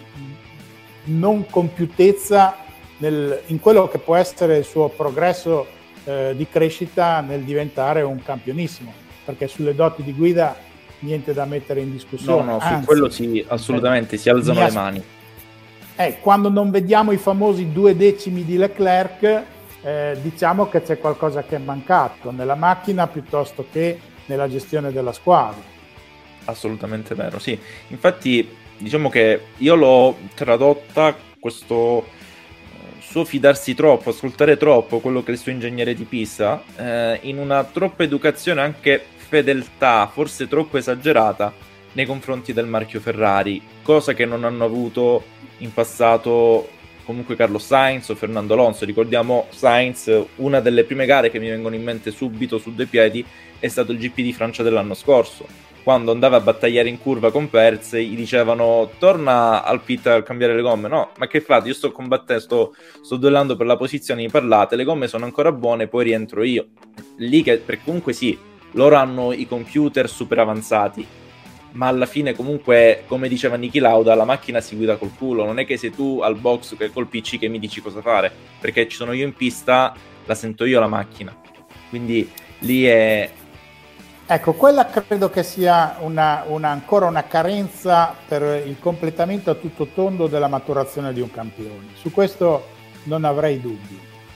non compiutezza nel, in quello che può essere il suo progresso eh, di crescita nel diventare un campionissimo, perché sulle doti di guida niente da mettere in discussione. No, no, Anzi, su quello sì, assolutamente, si alzano le mani. Eh, quando non vediamo i famosi due decimi di Leclerc, eh, diciamo che c'è qualcosa che è mancato nella macchina piuttosto che nella gestione della squadra. Assolutamente vero, sì. Infatti diciamo che io l'ho tradotta questo eh, suo fidarsi troppo, ascoltare troppo quello che è il suo ingegnere di pista, eh, in una troppa educazione, anche fedeltà, forse troppo esagerata nei confronti del marchio Ferrari, cosa che non hanno avuto in passato comunque Carlos Sainz o Fernando Alonso. Ricordiamo Sainz, una delle prime gare che mi vengono in mente subito su due piedi è stato il G P di Francia dell'anno scorso, quando andava a battagliare in curva con Perez, gli dicevano torna al pit a cambiare le gomme. No, ma che fate? Io sto combattendo, sto, sto duellando per la posizione, mi parlate, le gomme sono ancora buone, poi rientro io. Lì che, perché comunque sì, loro hanno i computer super avanzati, ma alla fine comunque, come diceva Niki Lauda, la macchina si guida col culo, non è che sei tu al box che col P C che mi dici cosa fare, perché ci sono io in pista, la sento io la macchina. Quindi lì è... Ecco, quella credo che sia una, una, ancora una carenza per il completamento a tutto tondo della maturazione di un campione. Su questo non avrei dubbi.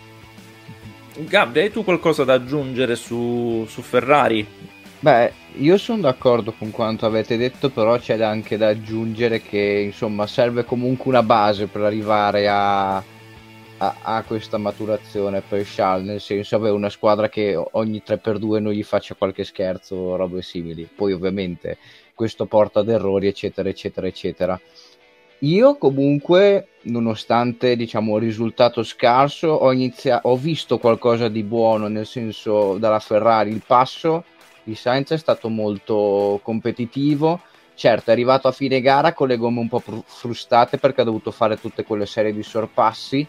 Gabri, hai tu qualcosa da aggiungere su, su Ferrari? Beh, io sono d'accordo con quanto avete detto, però c'è anche da aggiungere che insomma serve comunque una base per arrivare a, ha, ha questa maturazione per Charles, nel senso avere una squadra che ogni tre per due non gli faccia qualche scherzo o robe simili. Poi ovviamente questo porta ad errori, eccetera, eccetera, eccetera. Io comunque, nonostante diciamo il risultato scarso, ho, inizia- ho visto qualcosa di buono, nel senso dalla Ferrari il passo di Sainz è stato molto competitivo. Certo, è arrivato a fine gara con le gomme un po' fr- frustate perché ha dovuto fare tutte quelle serie di sorpassi,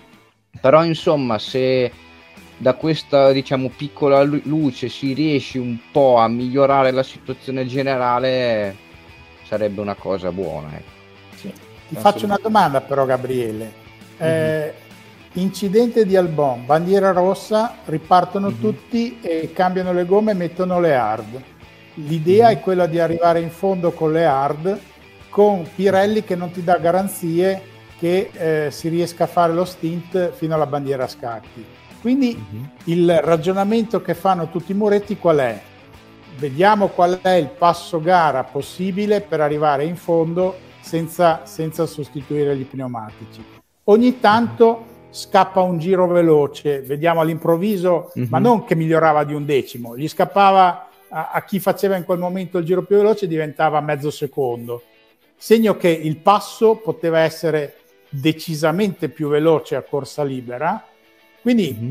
però insomma se da questa diciamo piccola lu- luce si riesce un po' a migliorare la situazione generale sarebbe una cosa buona, ecco. Sì. Ti faccio una domanda però, Gabriele. Eh, mm-hmm. Incidente di Albon, bandiera rossa, ripartono mm-hmm. tutti e cambiano le gomme e mettono le hard. L'idea mm-hmm. è quella di arrivare in fondo con le hard, con Pirelli che non ti dà garanzie che eh, si riesca a fare lo stint fino alla bandiera a scacchi. Quindi mm-hmm. il ragionamento che fanno tutti i muretti qual è? Vediamo qual è il passo gara possibile per arrivare in fondo senza, senza sostituire gli pneumatici. Ogni tanto scappa un giro veloce, vediamo all'improvviso, mm-hmm. ma non che migliorava di un decimo, gli scappava a, a chi faceva in quel momento il giro più veloce, diventava mezzo secondo. Segno che il passo poteva essere decisamente più veloce a corsa libera. Quindi mm-hmm.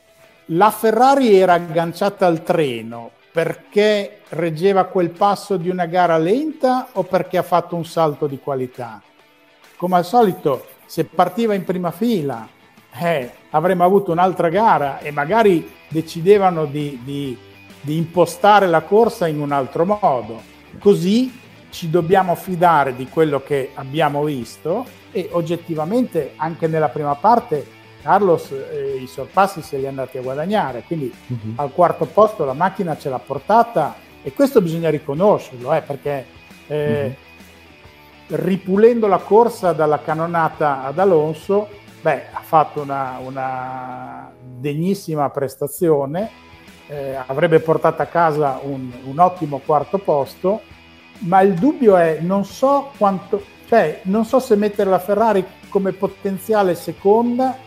la Ferrari era agganciata al treno perché reggeva quel passo di una gara lenta o perché ha fatto un salto di qualità? Come al solito, se partiva in prima fila, eh, avremmo avuto un'altra gara e magari decidevano di, di, di impostare la corsa in un altro modo. Così ci dobbiamo fidare di quello che abbiamo visto e oggettivamente anche nella prima parte Carlos eh, i sorpassi se li è andati a guadagnare, quindi uh-huh. al quarto posto la macchina ce l'ha portata e questo bisogna riconoscerlo, eh, perché eh, uh-huh. ripulendo la corsa dalla cannonata ad Alonso, beh, ha fatto una, una degnissima prestazione, eh, avrebbe portato a casa un, un ottimo quarto posto, ma il dubbio è non so quanto, cioè non so se mettere la Ferrari come potenziale seconda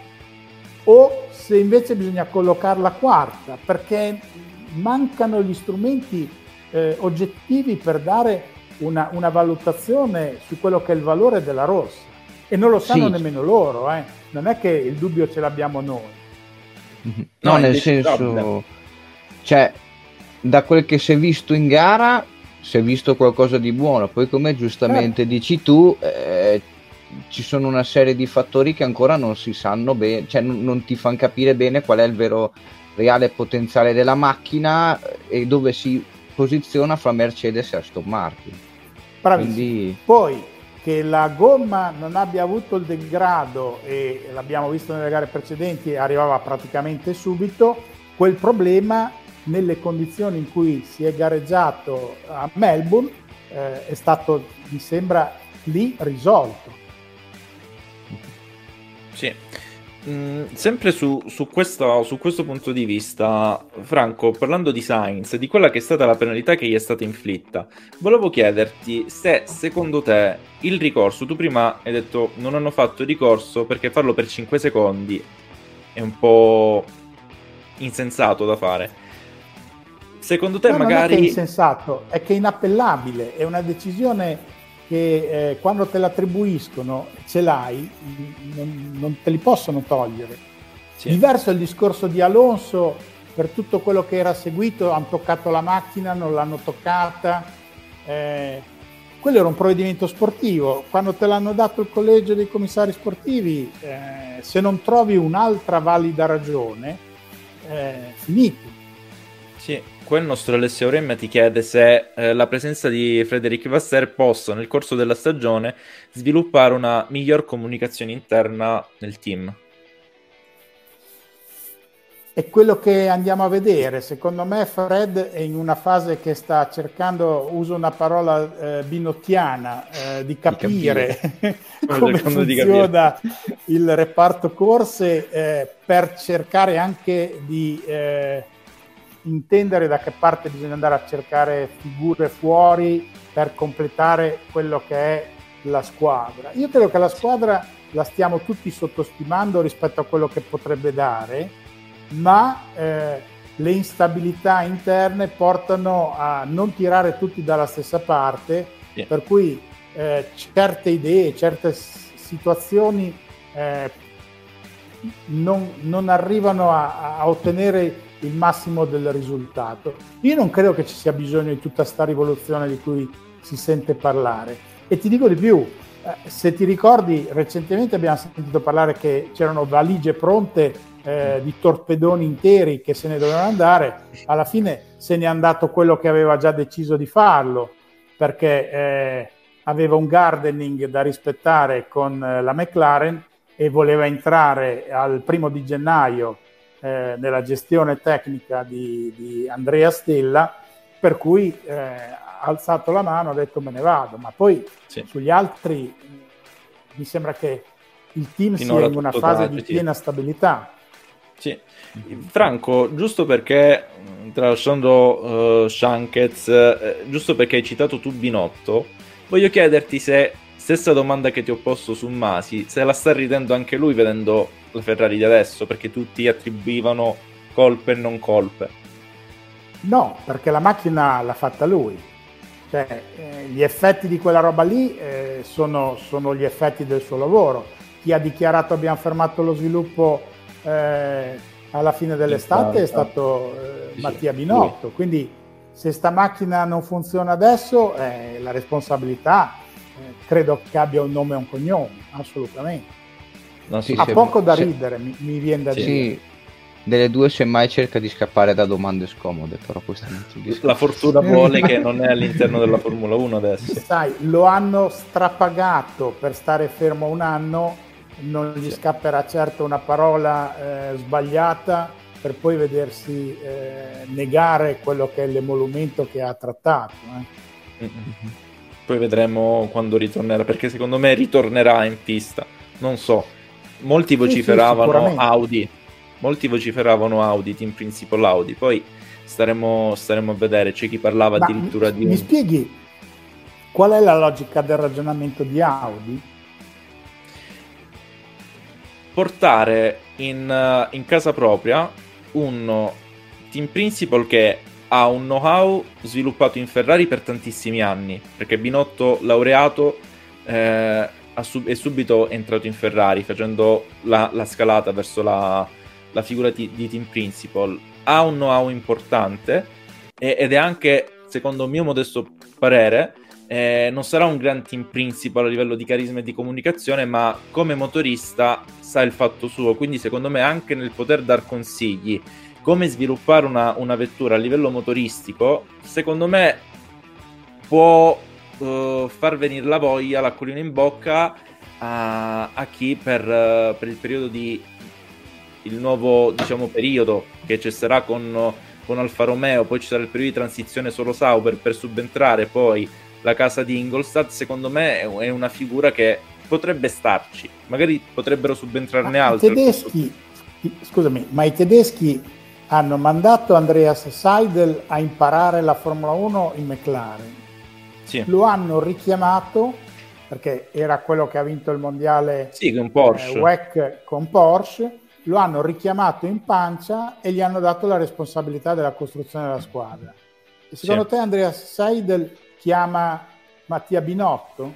o se invece bisogna collocarla quarta, perché mancano gli strumenti eh, oggettivi per dare una, una valutazione su quello che è il valore della rossa e non lo sanno sì. nemmeno loro, eh. Non è che il dubbio ce l'abbiamo noi. No, no nel senso, no. Cioè, da quel che si è visto in gara si è visto qualcosa di buono, poi come giustamente eh. dici tu eh, ci sono una serie di fattori che ancora non si sanno bene, cioè non, non ti fanno capire bene qual è il vero reale potenziale della macchina e dove si posiziona fra Mercedes e Aston Martin. Quindi... Poi che la gomma non abbia avuto il degrado e l'abbiamo visto nelle gare precedenti, arrivava praticamente subito, quel problema nelle condizioni in cui si è gareggiato a Melbourne eh, è stato, mi sembra, lì risolto. Sì, mm, sempre su, su, questo, su questo punto di vista, Franco, parlando di Sainz, di quella che è stata la penalità che gli è stata inflitta, volevo chiederti se secondo te il ricorso, tu prima hai detto non hanno fatto ricorso perché farlo per cinque secondi è un po' insensato da fare. Secondo te no, magari... Non è che è insensato, è che è inappellabile, è una decisione che eh, quando te l'attribuiscono ce l'hai, non, non te li possono togliere. Sì. Diverso è il discorso di Alonso, per tutto quello che era seguito, hanno toccato la macchina, non l'hanno toccata, eh, quello era un provvedimento sportivo, quando te l'hanno dato il collegio dei commissari sportivi, eh, se non trovi un'altra valida ragione, eh, finiti. Sì. Qua il nostro Alessio Auremma ti chiede se eh, la presenza di Frédéric Vasseur possa nel corso della stagione sviluppare una miglior comunicazione interna nel team. È quello che andiamo a vedere. Secondo me Fred è in una fase che sta cercando, uso una parola eh, binottiana, eh, di capire, di capire. come funziona capire. il reparto corse eh, per cercare anche di... Eh, intendere da che parte bisogna andare a cercare figure fuori per completare quello che è la squadra. Io credo che la squadra la stiamo tutti sottostimando rispetto a quello che potrebbe dare, ma eh, le instabilità interne portano a non tirare tutti dalla stessa parte, yeah. per cui eh, certe idee, certe s- situazioni eh, non, non arrivano a, a ottenere il massimo del risultato. Io non credo che ci sia bisogno di tutta sta rivoluzione di cui si sente parlare, e ti dico di più. Se ti ricordi, recentemente abbiamo sentito parlare che c'erano valigie pronte eh, di torpedoni interi che se ne dovevano andare. Alla fine se n'è andato quello che aveva già deciso di farlo, perché eh, aveva un gardening da rispettare con eh, la McLaren e voleva entrare al primo di gennaio eh, nella gestione tecnica di, di Andrea Stella, per cui eh, ha alzato la mano, ha detto me ne vado, ma poi sì. sugli altri mi sembra che il team Finora sia in una fase tardi, di piena sì. stabilità. Sì. Franco, giusto perché tralasciando uh, Shankez, eh, giusto perché hai citato tu Binotto, voglio chiederti se stessa domanda che ti ho posto su Masi, se la sta ridendo anche lui vedendo la Ferrari di adesso, perché tutti attribuivano colpe e non colpe. No, perché la macchina l'ha fatta lui. Cioè, eh, gli effetti di quella roba lì eh, sono, sono gli effetti del suo lavoro. Chi ha dichiarato abbiamo fermato lo sviluppo eh, alla fine dell'estate è stato eh, sì, Mattia Binotto. Lui. Quindi se sta macchina non funziona adesso, eh, la responsabilità eh, credo che abbia un nome e un cognome, assolutamente. No, sì, ha se, poco da se, ridere, mi, mi viene da sì, dire. Delle due semmai cerca di scappare da domande scomode, però questo non si la fortuna vuole che non è all'interno della Formula uno adesso. Sai, lo hanno strapagato per stare fermo un anno, non gli sì. scapperà certo una parola eh, sbagliata per poi vedersi eh, negare quello che è l'emolumento che ha trattato. Eh. Mm-hmm. Poi vedremo quando ritornerà, perché secondo me ritornerà in pista, non so. Molti vociferavano sì, sì, Audi. Molti vociferavano Audi, team principal Audi, poi staremo, staremo a vedere, c'è chi parlava Ma addirittura mi, di un... Mi spieghi qual è la logica del ragionamento di Audi? Portare in, in casa propria un team principal che ha un know-how sviluppato in Ferrari per tantissimi anni, perché Binotto, laureato, eh, è subito entrato in Ferrari facendo la, la scalata verso la... la figura di, di team principal, ha un know-how importante e, ed è anche, secondo il mio modesto parere, eh, non sarà un gran team principal a livello di carisma e di comunicazione, ma come motorista sa il fatto suo, quindi secondo me anche nel poter dar consigli come sviluppare una, una vettura a livello motoristico, secondo me può uh, far venire la voglia, l'acquolina in bocca a, a chi per, uh, per il periodo di il nuovo, diciamo, periodo che ci sarà con, con Alfa Romeo, poi ci sarà il periodo di transizione solo Sauber per subentrare poi la casa di Ingolstadt. Secondo me è una figura che potrebbe starci, magari potrebbero subentrarne altri. I tedeschi, scusami, ma i tedeschi hanno mandato Andreas Seidel a imparare la Formula uno in McLaren, sì. Lo hanno richiamato perché era quello che ha vinto il mondiale sì, con Porsche. Eh, W E C con Porsche. Lo hanno richiamato in pancia e gli hanno dato la responsabilità della costruzione della squadra. E secondo sì. te Andreas Seidel chiama Mattia Binotto?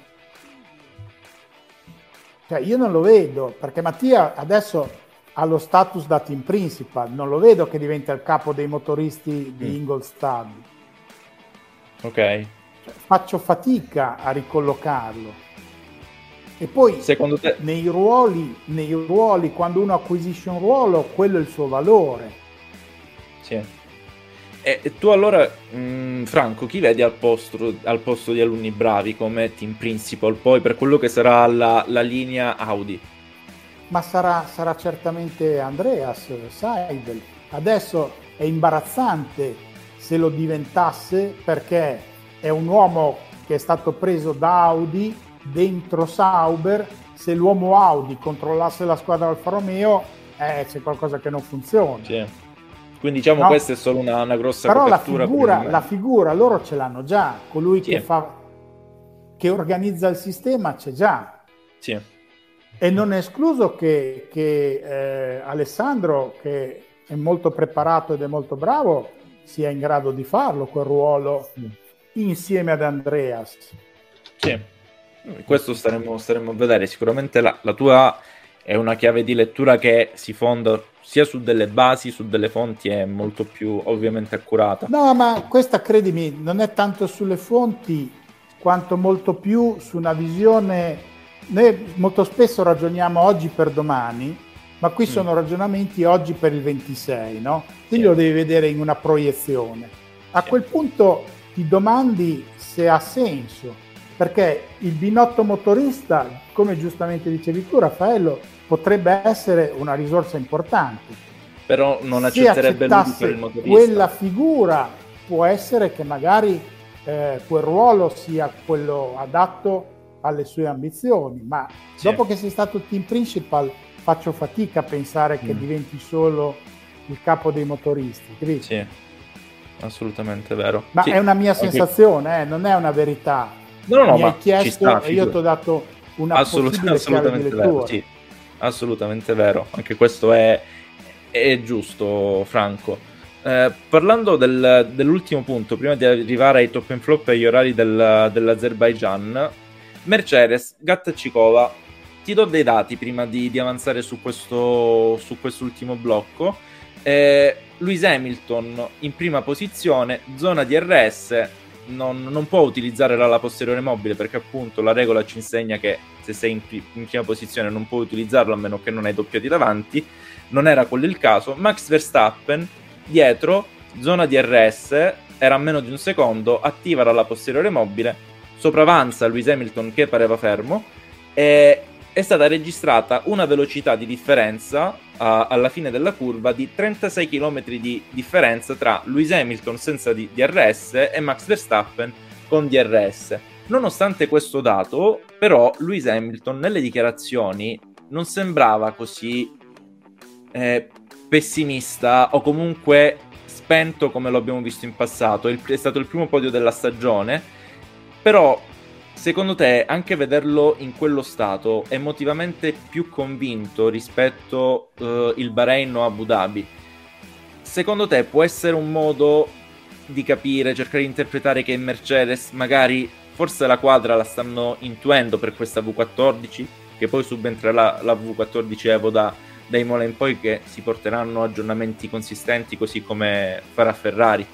Cioè io non lo vedo, perché Mattia adesso ha lo status da team principal, non lo vedo che diventa il capo dei motoristi di mm. Ingolstadt. Ok. Cioè, faccio fatica a ricollocarlo. E poi secondo te nei ruoli, nei ruoli, quando uno acquisisce un ruolo, quello è il suo valore. Sì. E, e tu allora, mh, Franco, chi vedi al posto, al posto di alunni bravi come team principal poi per quello che sarà la, la linea Audi? Ma sarà, sarà certamente Andreas Seidel. Adesso è imbarazzante se lo diventasse, perché è un uomo che è stato preso da Audi dentro Sauber. Se l'uomo Audi controllasse la squadra Alfa Romeo, eh, c'è qualcosa che non funziona. Sì. Quindi diciamo no? Questa è solo una, una grossa però copertura. La figura, la figura loro ce l'hanno già, colui sì. che fa, che organizza il sistema c'è già. Sì. E non è escluso che, che eh, Alessandro, che è molto preparato ed è molto bravo, sia in grado di farlo, quel ruolo insieme ad Andreas. Sì, questo staremo, staremo a vedere. Sicuramente la, la tua è una chiave di lettura che si fonda sia su delle basi, su delle fonti, è molto più ovviamente accurata. No, ma questa, credimi, non è tanto sulle fonti quanto molto più su una visione. Noi molto spesso ragioniamo oggi per domani, ma qui mm. sono ragionamenti oggi per il ventisei, no? Quindi sì. Lo devi vedere in una proiezione. A sì. quel punto ti domandi se ha senso, perché il binotto motorista, come giustamente dicevi tu, Raffaello, potrebbe essere una risorsa importante. Però non accetterebbe lui di fare il motorista. Quella figura può essere che magari eh, quel ruolo sia quello adatto alle sue ambizioni, ma sì. dopo che sei stato team principal faccio fatica a pensare che mm. diventi solo il capo dei motoristi. Capisci? Sì, assolutamente vero. Ma sì. è una mia sensazione, eh, non è una verità. No, no, no, Mi ma hai chiesto sta, e io ti ho dato una Assolut- possibile assolutamente chiave di lettura. Vero, sì. Assolutamente vero, anche questo è, è giusto, Franco. Eh, parlando del, dell'ultimo punto, prima di arrivare ai top and flop e agli orari del, dell'Azerbaijan, Mercedes, Gattacikova, ti do dei dati prima di, di avanzare su questo su quest'ultimo blocco. Eh, Lewis Hamilton in prima posizione, zona D R S, non, non può utilizzare l'ala posteriore mobile perché appunto la regola ci insegna che se sei in, in prima posizione non puoi utilizzarlo a meno che non hai doppiati davanti. Non era quello il caso. Max Verstappen dietro, zona D R S, era a meno di un secondo, attiva l'ala posteriore mobile, sopravanza Lewis Hamilton che pareva fermo, e è stata registrata una velocità di differenza uh, alla fine della curva di trentasei chilometri di differenza tra Lewis Hamilton senza D R S e Max Verstappen con D R S. Nonostante questo dato, però, Lewis Hamilton nelle dichiarazioni non sembrava così eh, pessimista o comunque spento come lo abbiamo visto in passato. È stato il primo podio della stagione, però secondo te anche vederlo in quello stato emotivamente più convinto rispetto uh, il Bahrain o Abu Dhabi, secondo te può essere un modo di capire, cercare di interpretare che Mercedes magari forse la quadra la stanno intuendo per questa V quattordici, che poi subentrerà la, la V quattordici Evo da, da Imola in poi, che si porteranno aggiornamenti consistenti così come farà Ferrari?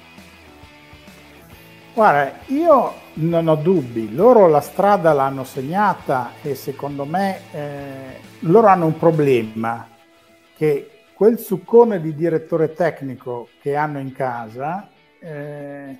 Guarda, io non ho dubbi, loro la strada l'hanno segnata e secondo me eh, loro hanno un problema, che quel succone di direttore tecnico che hanno in casa eh,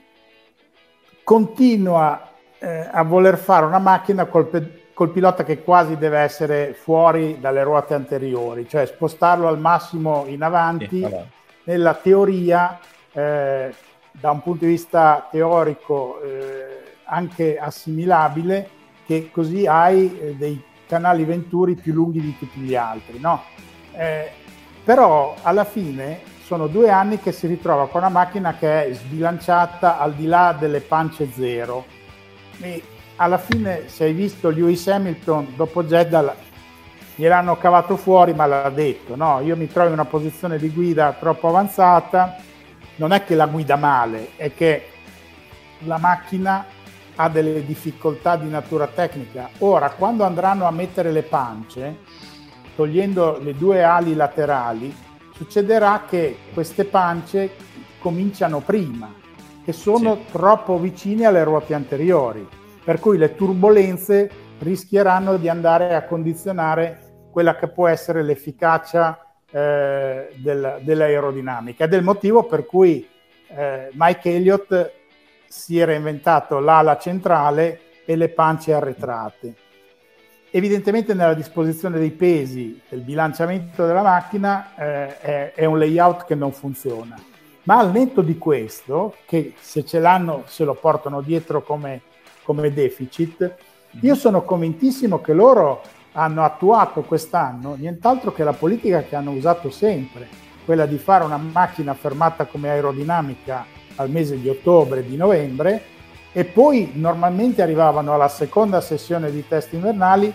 continua eh, a voler fare una macchina col, pe- col pilota che quasi deve essere fuori dalle ruote anteriori, cioè spostarlo al massimo in avanti, sì, nella teoria eh, da un punto di vista teorico eh, anche assimilabile, che così hai eh, dei canali venturi più lunghi di tutti gli altri, no? Eh, però alla fine sono due anni che si ritrova con una macchina che è sbilanciata al di là delle pance zero, e alla fine, se hai visto Lewis Hamilton dopo Jeddah, gliel'hanno cavato fuori, ma l'ha detto, no? Io mi trovo in una posizione di guida troppo avanzata. Non è che la guida male, è che la macchina ha delle difficoltà di natura tecnica. Ora, quando andranno a mettere le pance, togliendo le due ali laterali, succederà che queste pance cominciano prima, che sono sì. troppo vicine alle ruote anteriori, per cui le turbolenze rischieranno di andare a condizionare quella che può essere l'efficacia Eh, del, dell'aerodinamica. Ed è il motivo per cui eh, Mike Elliott si era inventato l'ala centrale e le pance arretrate. Evidentemente nella disposizione dei pesi, del bilanciamento della macchina eh, è, è un layout che non funziona, ma al netto di questo, che se ce l'hanno se lo portano dietro come, come deficit, io sono convintissimo che loro hanno attuato quest'anno nient'altro che la politica che hanno usato sempre, quella di fare una macchina fermata come aerodinamica al mese di ottobre, di novembre, e poi normalmente arrivavano alla seconda sessione di test invernali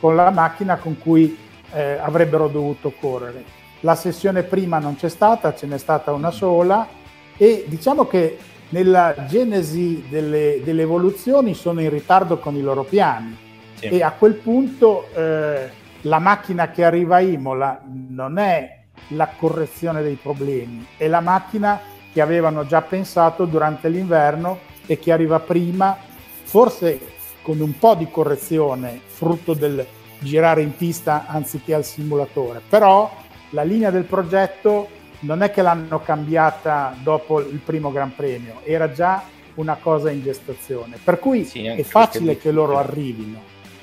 con la macchina con cui eh, avrebbero dovuto correre. La sessione prima non c'è stata, ce n'è stata una sola, e diciamo che nella genesi delle, delle evoluzioni sono in ritardo con i loro piani. Sì. E a quel punto eh, la macchina che arriva a Imola non è la correzione dei problemi, è la macchina che avevano già pensato durante l'inverno e che arriva prima, forse con un po' di correzione, frutto del girare in pista anziché al simulatore. Però la linea del progetto non è che l'hanno cambiata dopo il primo Gran Premio, era già una cosa in gestazione, per cui sì, è facile che loro arrivino.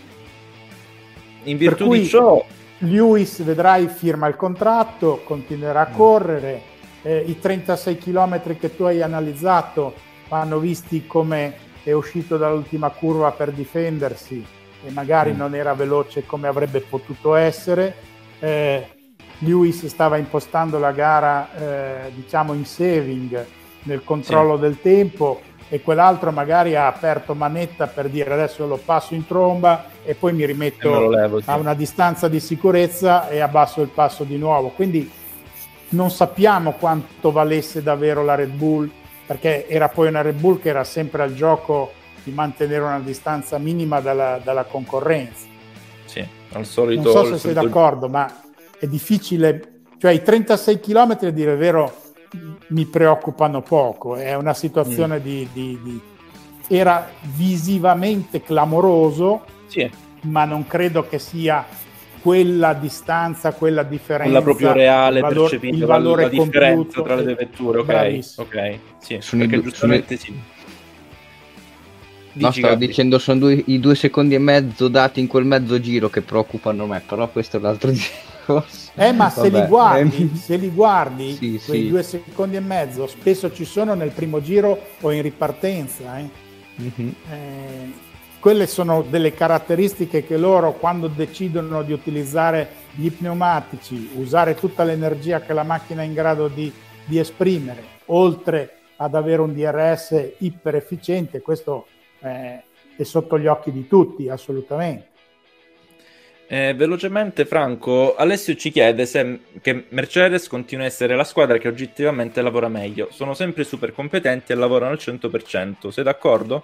In virtù di ciò, Lewis, vedrai, firma il contratto, continuerà a correre, eh, i trentasei chilometri che tu hai analizzato vanno visti come è uscito dall'ultima curva per difendersi e magari mm. non era veloce come avrebbe potuto essere. eh, Lewis stava impostando la gara eh, diciamo in saving nel controllo sì. del tempo, e quell'altro magari ha aperto manetta per dire adesso lo passo in tromba e poi mi rimetto levo, sì. a una distanza di sicurezza e abbasso il passo di nuovo. Quindi non sappiamo quanto valesse davvero la Red Bull, perché era poi una Red Bull che era sempre al gioco di mantenere una distanza minima dalla, dalla concorrenza. Sì, al solito. Non so se sei solito... d'accordo, ma è difficile, cioè i trentasei chilometri, a dire il vero, mi preoccupano poco. È una situazione mm. di, di, di era visivamente clamoroso, sì. ma non credo che sia quella distanza, quella differenza, quella proprio reale, il valore, il valore la differenza tra le due vetture. Ok, ok, sì, sono perché i, giustamente sono... sì. No, Dici, stavo Gabri. dicendo, sono due, i due secondi e mezzo dati in quel mezzo giro che preoccupano me, però questo è l'altro giro. Eh, ma se li guardi, se li guardi, sì, quei sì. due secondi e mezzo spesso ci sono nel primo giro o in ripartenza. Eh. Mm-hmm. Eh, quelle sono delle caratteristiche che loro, quando decidono di utilizzare gli pneumatici, usare tutta l'energia che la macchina è in grado di, di esprimere, oltre ad avere un D R S iper efficiente, questo eh, è sotto gli occhi di tutti, assolutamente. Eh, velocemente, Franco, Alessio ci chiede se che Mercedes continua a essere la squadra che oggettivamente lavora meglio. Sono sempre super competenti e lavorano al cento per cento. Sei d'accordo?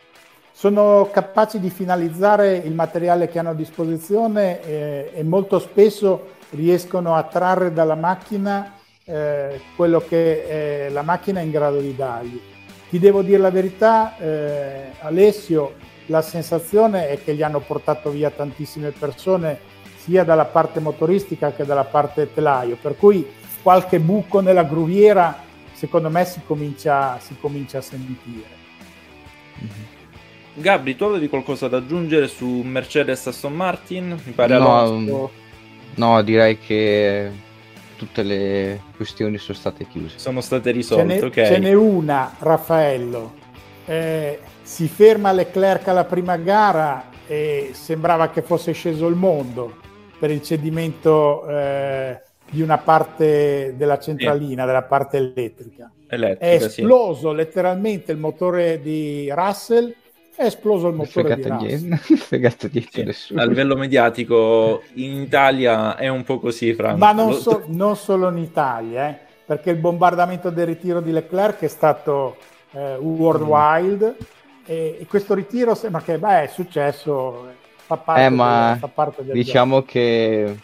Sono capaci di finalizzare il materiale che hanno a disposizione eh, e molto spesso riescono a trarre dalla macchina eh, quello che eh, la macchina è in grado di dargli. Ti devo dire la verità, eh, Alessio, la sensazione è che gli hanno portato via tantissime persone sia dalla parte motoristica che dalla parte telaio, per cui qualche buco nella gruviera secondo me si comincia, si comincia a sentire. Mm-hmm. Gabri, tu avevi qualcosa da aggiungere su Mercedes Aston Martin? Mi pare no, Alonso... no, direi che tutte le questioni sono state chiuse. Sono state risolte, ce n'è, ok. Ce n'è una, Raffaello. Eh, si ferma Leclerc alla prima gara e sembrava che fosse sceso il mondo per il cedimento eh, di una parte della centralina, sì. della parte elettrica. elettrica è esploso sì. letteralmente il motore di Russell, è esploso il motore di Russell. Fegato dietro sì. nessuno. A livello mediatico in Italia è un po' così, Franco. Ma non, so, non solo in Italia, eh, perché il bombardamento del ritiro di Leclerc è stato eh, worldwide. Mm. E, e questo ritiro sembra che beh, è successo, fa parte, eh, ma del, fa parte del diciamo gioco. Che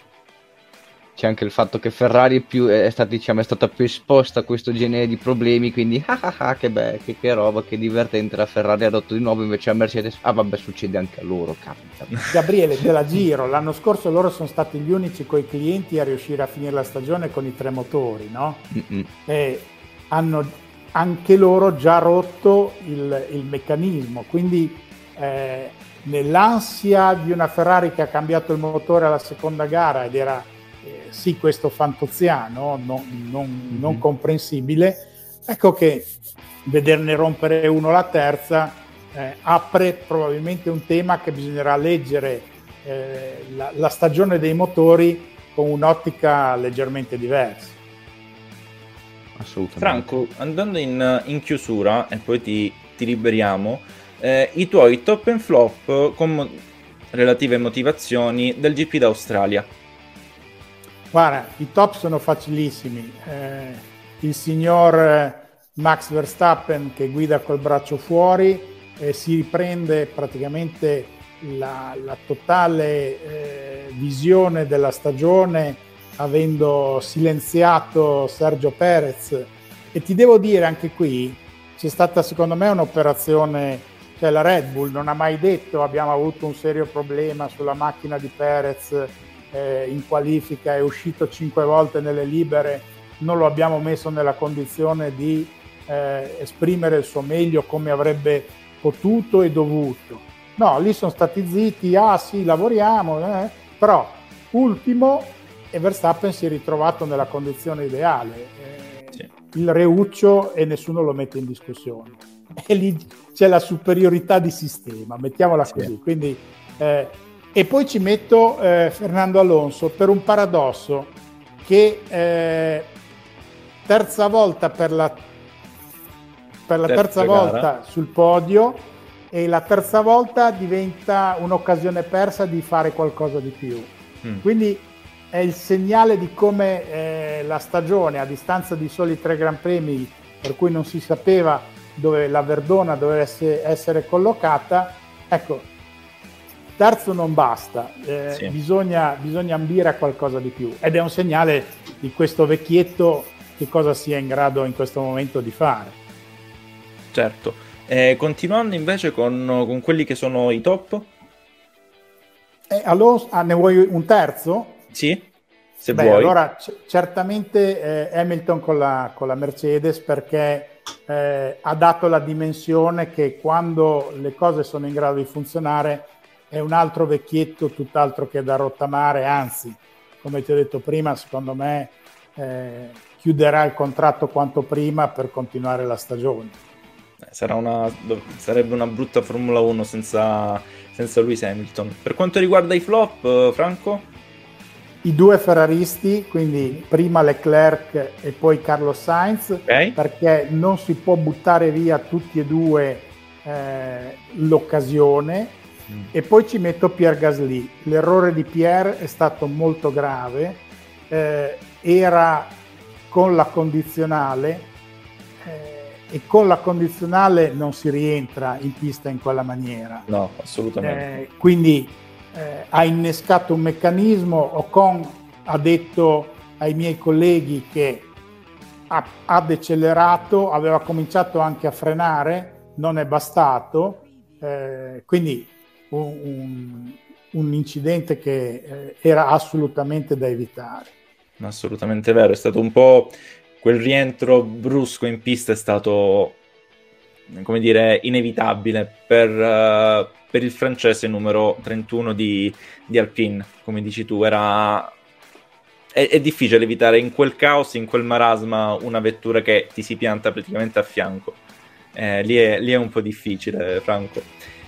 c'è anche il fatto che Ferrari è, più, è, stata, diciamo, è stata più esposta a questo genere di problemi, quindi ah ah ah che, be- che, che roba, che divertente, la Ferrari ha rotto di nuovo, invece a Mercedes ah vabbè, succede anche a loro, capita. Gabriele, te la giro, l'anno scorso loro sono stati gli unici coi clienti a riuscire a finire la stagione con i tre motori, no? Mm-mm. E hanno anche loro già rotto il, il meccanismo, quindi eh, nell'ansia di una Ferrari che ha cambiato il motore alla seconda gara ed era eh, sì questo fantoziano, no, non, mm-hmm. non comprensibile, ecco che vederne rompere uno la terza eh, apre probabilmente un tema che bisognerà leggere eh, la, la stagione dei motori con un'ottica leggermente diversa. Assolutamente. Franco, andando in, in chiusura e poi ti, ti liberiamo, eh, i tuoi top and flop com- relative motivazioni del G P d'Australia. Guarda, i top sono facilissimi. Eh, il signor Max Verstappen che guida col braccio fuori e si riprende praticamente la, la totale eh, visione della stagione, avendo silenziato Sergio Perez. E ti devo dire, anche qui c'è stata secondo me un'operazione, cioè la Red Bull non ha mai detto abbiamo avuto un serio problema sulla macchina di Perez, eh, in qualifica è uscito cinque volte nelle libere, non lo abbiamo messo nella condizione di eh, esprimere il suo meglio come avrebbe potuto e dovuto. No, lì sono stati zitti, ah sì, lavoriamo, eh, però ultimo, e Verstappen si è ritrovato nella condizione ideale. Eh, sì. Il reuccio e nessuno lo mette in discussione. E lì c'è la superiorità di sistema, mettiamola sì. così. Quindi, eh, e poi ci metto eh, Fernando Alonso per un paradosso che eh, terza volta per la, per la terza, terza volta sul podio, e la terza volta diventa un'occasione persa di fare qualcosa di più. Mm. Quindi è il segnale di come eh, la stagione, a distanza di soli tre Gran Premi, per cui non si sapeva dove la Verdona dovesse essere collocata, ecco, terzo non basta, eh, sì. bisogna, bisogna ambire a qualcosa di più, ed è un segnale di questo vecchietto che cosa sia in grado in questo momento di fare. Certo. Eh, continuando invece con, con quelli che sono i top. Eh, allora, ah, ne vuoi un terzo? Sì, se Beh, vuoi. Allora, c- certamente eh, Hamilton con la, con la Mercedes, perché eh, ha dato la dimensione che quando le cose sono in grado di funzionare è un altro vecchietto, tutt'altro che da rottamare, anzi, come ti ho detto prima, secondo me eh, chiuderà il contratto quanto prima per continuare la stagione. Sarà una, sarebbe una brutta Formula uno senza, senza Lewis Hamilton. Per quanto riguarda i flop, Franco? I due ferraristi, quindi prima Leclerc e poi Carlos Sainz, okay. Perché non si può buttare via tutti e due eh, l'occasione. Mm. E poi ci metto Pierre Gasly. L'errore di Pierre è stato molto grave, eh, era con la condizionale, eh, e con la condizionale non si rientra in pista in quella maniera. No, assolutamente. Eh, quindi eh, ha innescato un meccanismo. Ocon ha detto ai miei colleghi che ha, ha decelerato, aveva cominciato anche a frenare, non è bastato, eh, quindi un, un, un incidente che eh, era assolutamente da evitare. Assolutamente vero, è stato un po'... Quel rientro brusco in pista è stato, come dire, inevitabile per, uh, per il francese numero trentuno di, di Alpine. Come dici tu, era è, è difficile evitare in quel caos, in quel marasma, una vettura che ti si pianta praticamente a fianco. Eh, lì, è, lì è un po' difficile, Franco.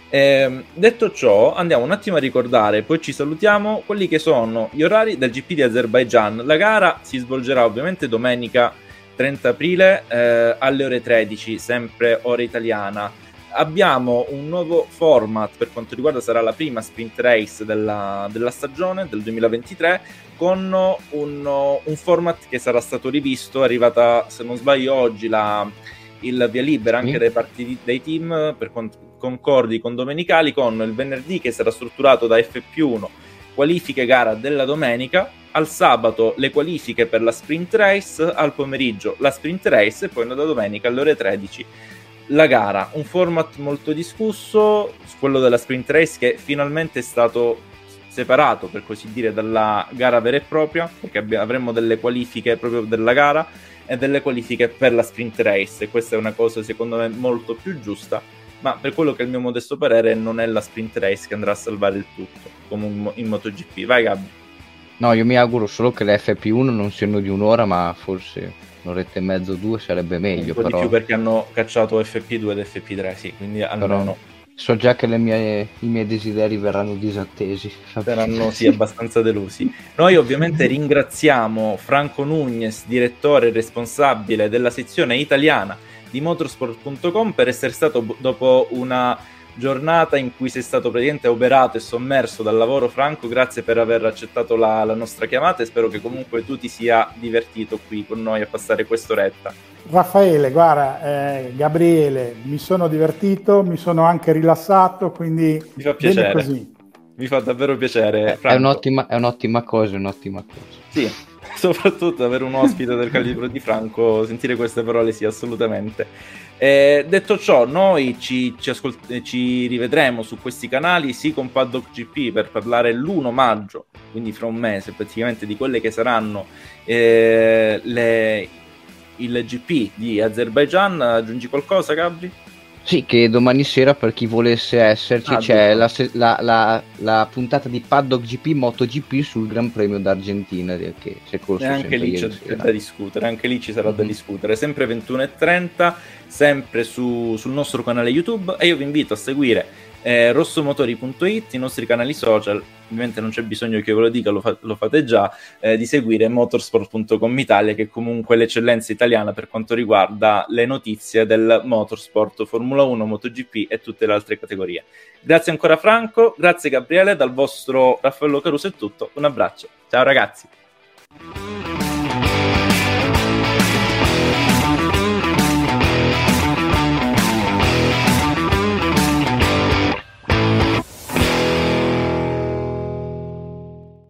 Eh, detto ciò, andiamo un attimo a ricordare, poi ci salutiamo, quelli che sono gli orari del G P di Azerbaijan. La gara si svolgerà ovviamente domenica trenta aprile eh, alle ore tredici, sempre ora italiana. Abbiamo un nuovo format per quanto riguarda, sarà la prima sprint race della, della stagione del duemilaventitré, con un, un format che sarà stato rivisto, è arrivata, se non sbaglio, oggi la, il via libera anche sì. dai partiti dei team per quanto concordi con domenicali, con il venerdì che sarà strutturato da F P uno, qualifiche gara della domenica, al sabato le qualifiche per la sprint race, al pomeriggio la sprint race e poi da domenica alle ore tredici la gara. Un format molto discusso, quello della sprint race, che finalmente è stato separato, per così dire, dalla gara vera e propria, perché abbiamo, avremo delle qualifiche proprio della gara e delle qualifiche per la sprint race, e questa è una cosa secondo me molto più giusta. Ma per quello che è il mio modesto parere, non è la sprint race che andrà a salvare il tutto, come in MotoGP. Vai Gabby. No, io mi auguro solo che le F P uno non siano di un'ora, ma forse un'oretta e mezzo, due sarebbe meglio. Un po' però... di più, perché hanno cacciato F P due ed F P tre, sì, quindi almeno... So già che le mie, i miei desideri verranno disattesi. Saranno sì, abbastanza delusi. Noi ovviamente ringraziamo Franco Nugnes, direttore e responsabile della sezione italiana di motorsport punto com, per essere stato, dopo una giornata in cui sei stato praticamente oberato e sommerso dal lavoro. Franco, grazie per aver accettato la, la nostra chiamata e spero che comunque tu ti sia divertito qui con noi a passare quest'oretta. Raffaele, guarda, eh, Gabriele, mi sono divertito, mi sono anche rilassato, quindi mi fa piacere, così. Mi fa davvero piacere. È, è, un'ottima, è un'ottima cosa, è un'ottima cosa. Sì, soprattutto avere un ospite del calibro di Franco, sentire queste parole, sì, assolutamente. Eh, detto ciò, noi ci, ci, ascolt- ci rivedremo su questi canali, sì, con Paddock G P per parlare l'primo maggio, quindi fra un mese praticamente, di quelle che saranno eh, le, il G P di Azerbaijan. Aggiungi qualcosa, Gabri? Sì, che domani sera, per chi volesse esserci, ah, c'è la, la, la, la puntata di Paddock G P MotoGP sul Gran Premio d'Argentina, che c'è corso. E anche lì c'è sera. da discutere, anche lì ci sarà mm-hmm. da discutere, sempre ventuno e trenta, sempre su, sul nostro canale YouTube, e io vi invito a seguire eh, rossomotori punto it, i nostri canali social. Ovviamente non c'è bisogno che ve lo dica, lo, fa- lo fate già, eh, di seguire motorsport punto com Italia, che è comunque l'eccellenza italiana per quanto riguarda le notizie del motorsport, Formula uno, MotoGP e tutte le altre categorie. Grazie ancora Franco, grazie Gabriele, dal vostro Raffaello Caruso è tutto, un abbraccio, ciao ragazzi.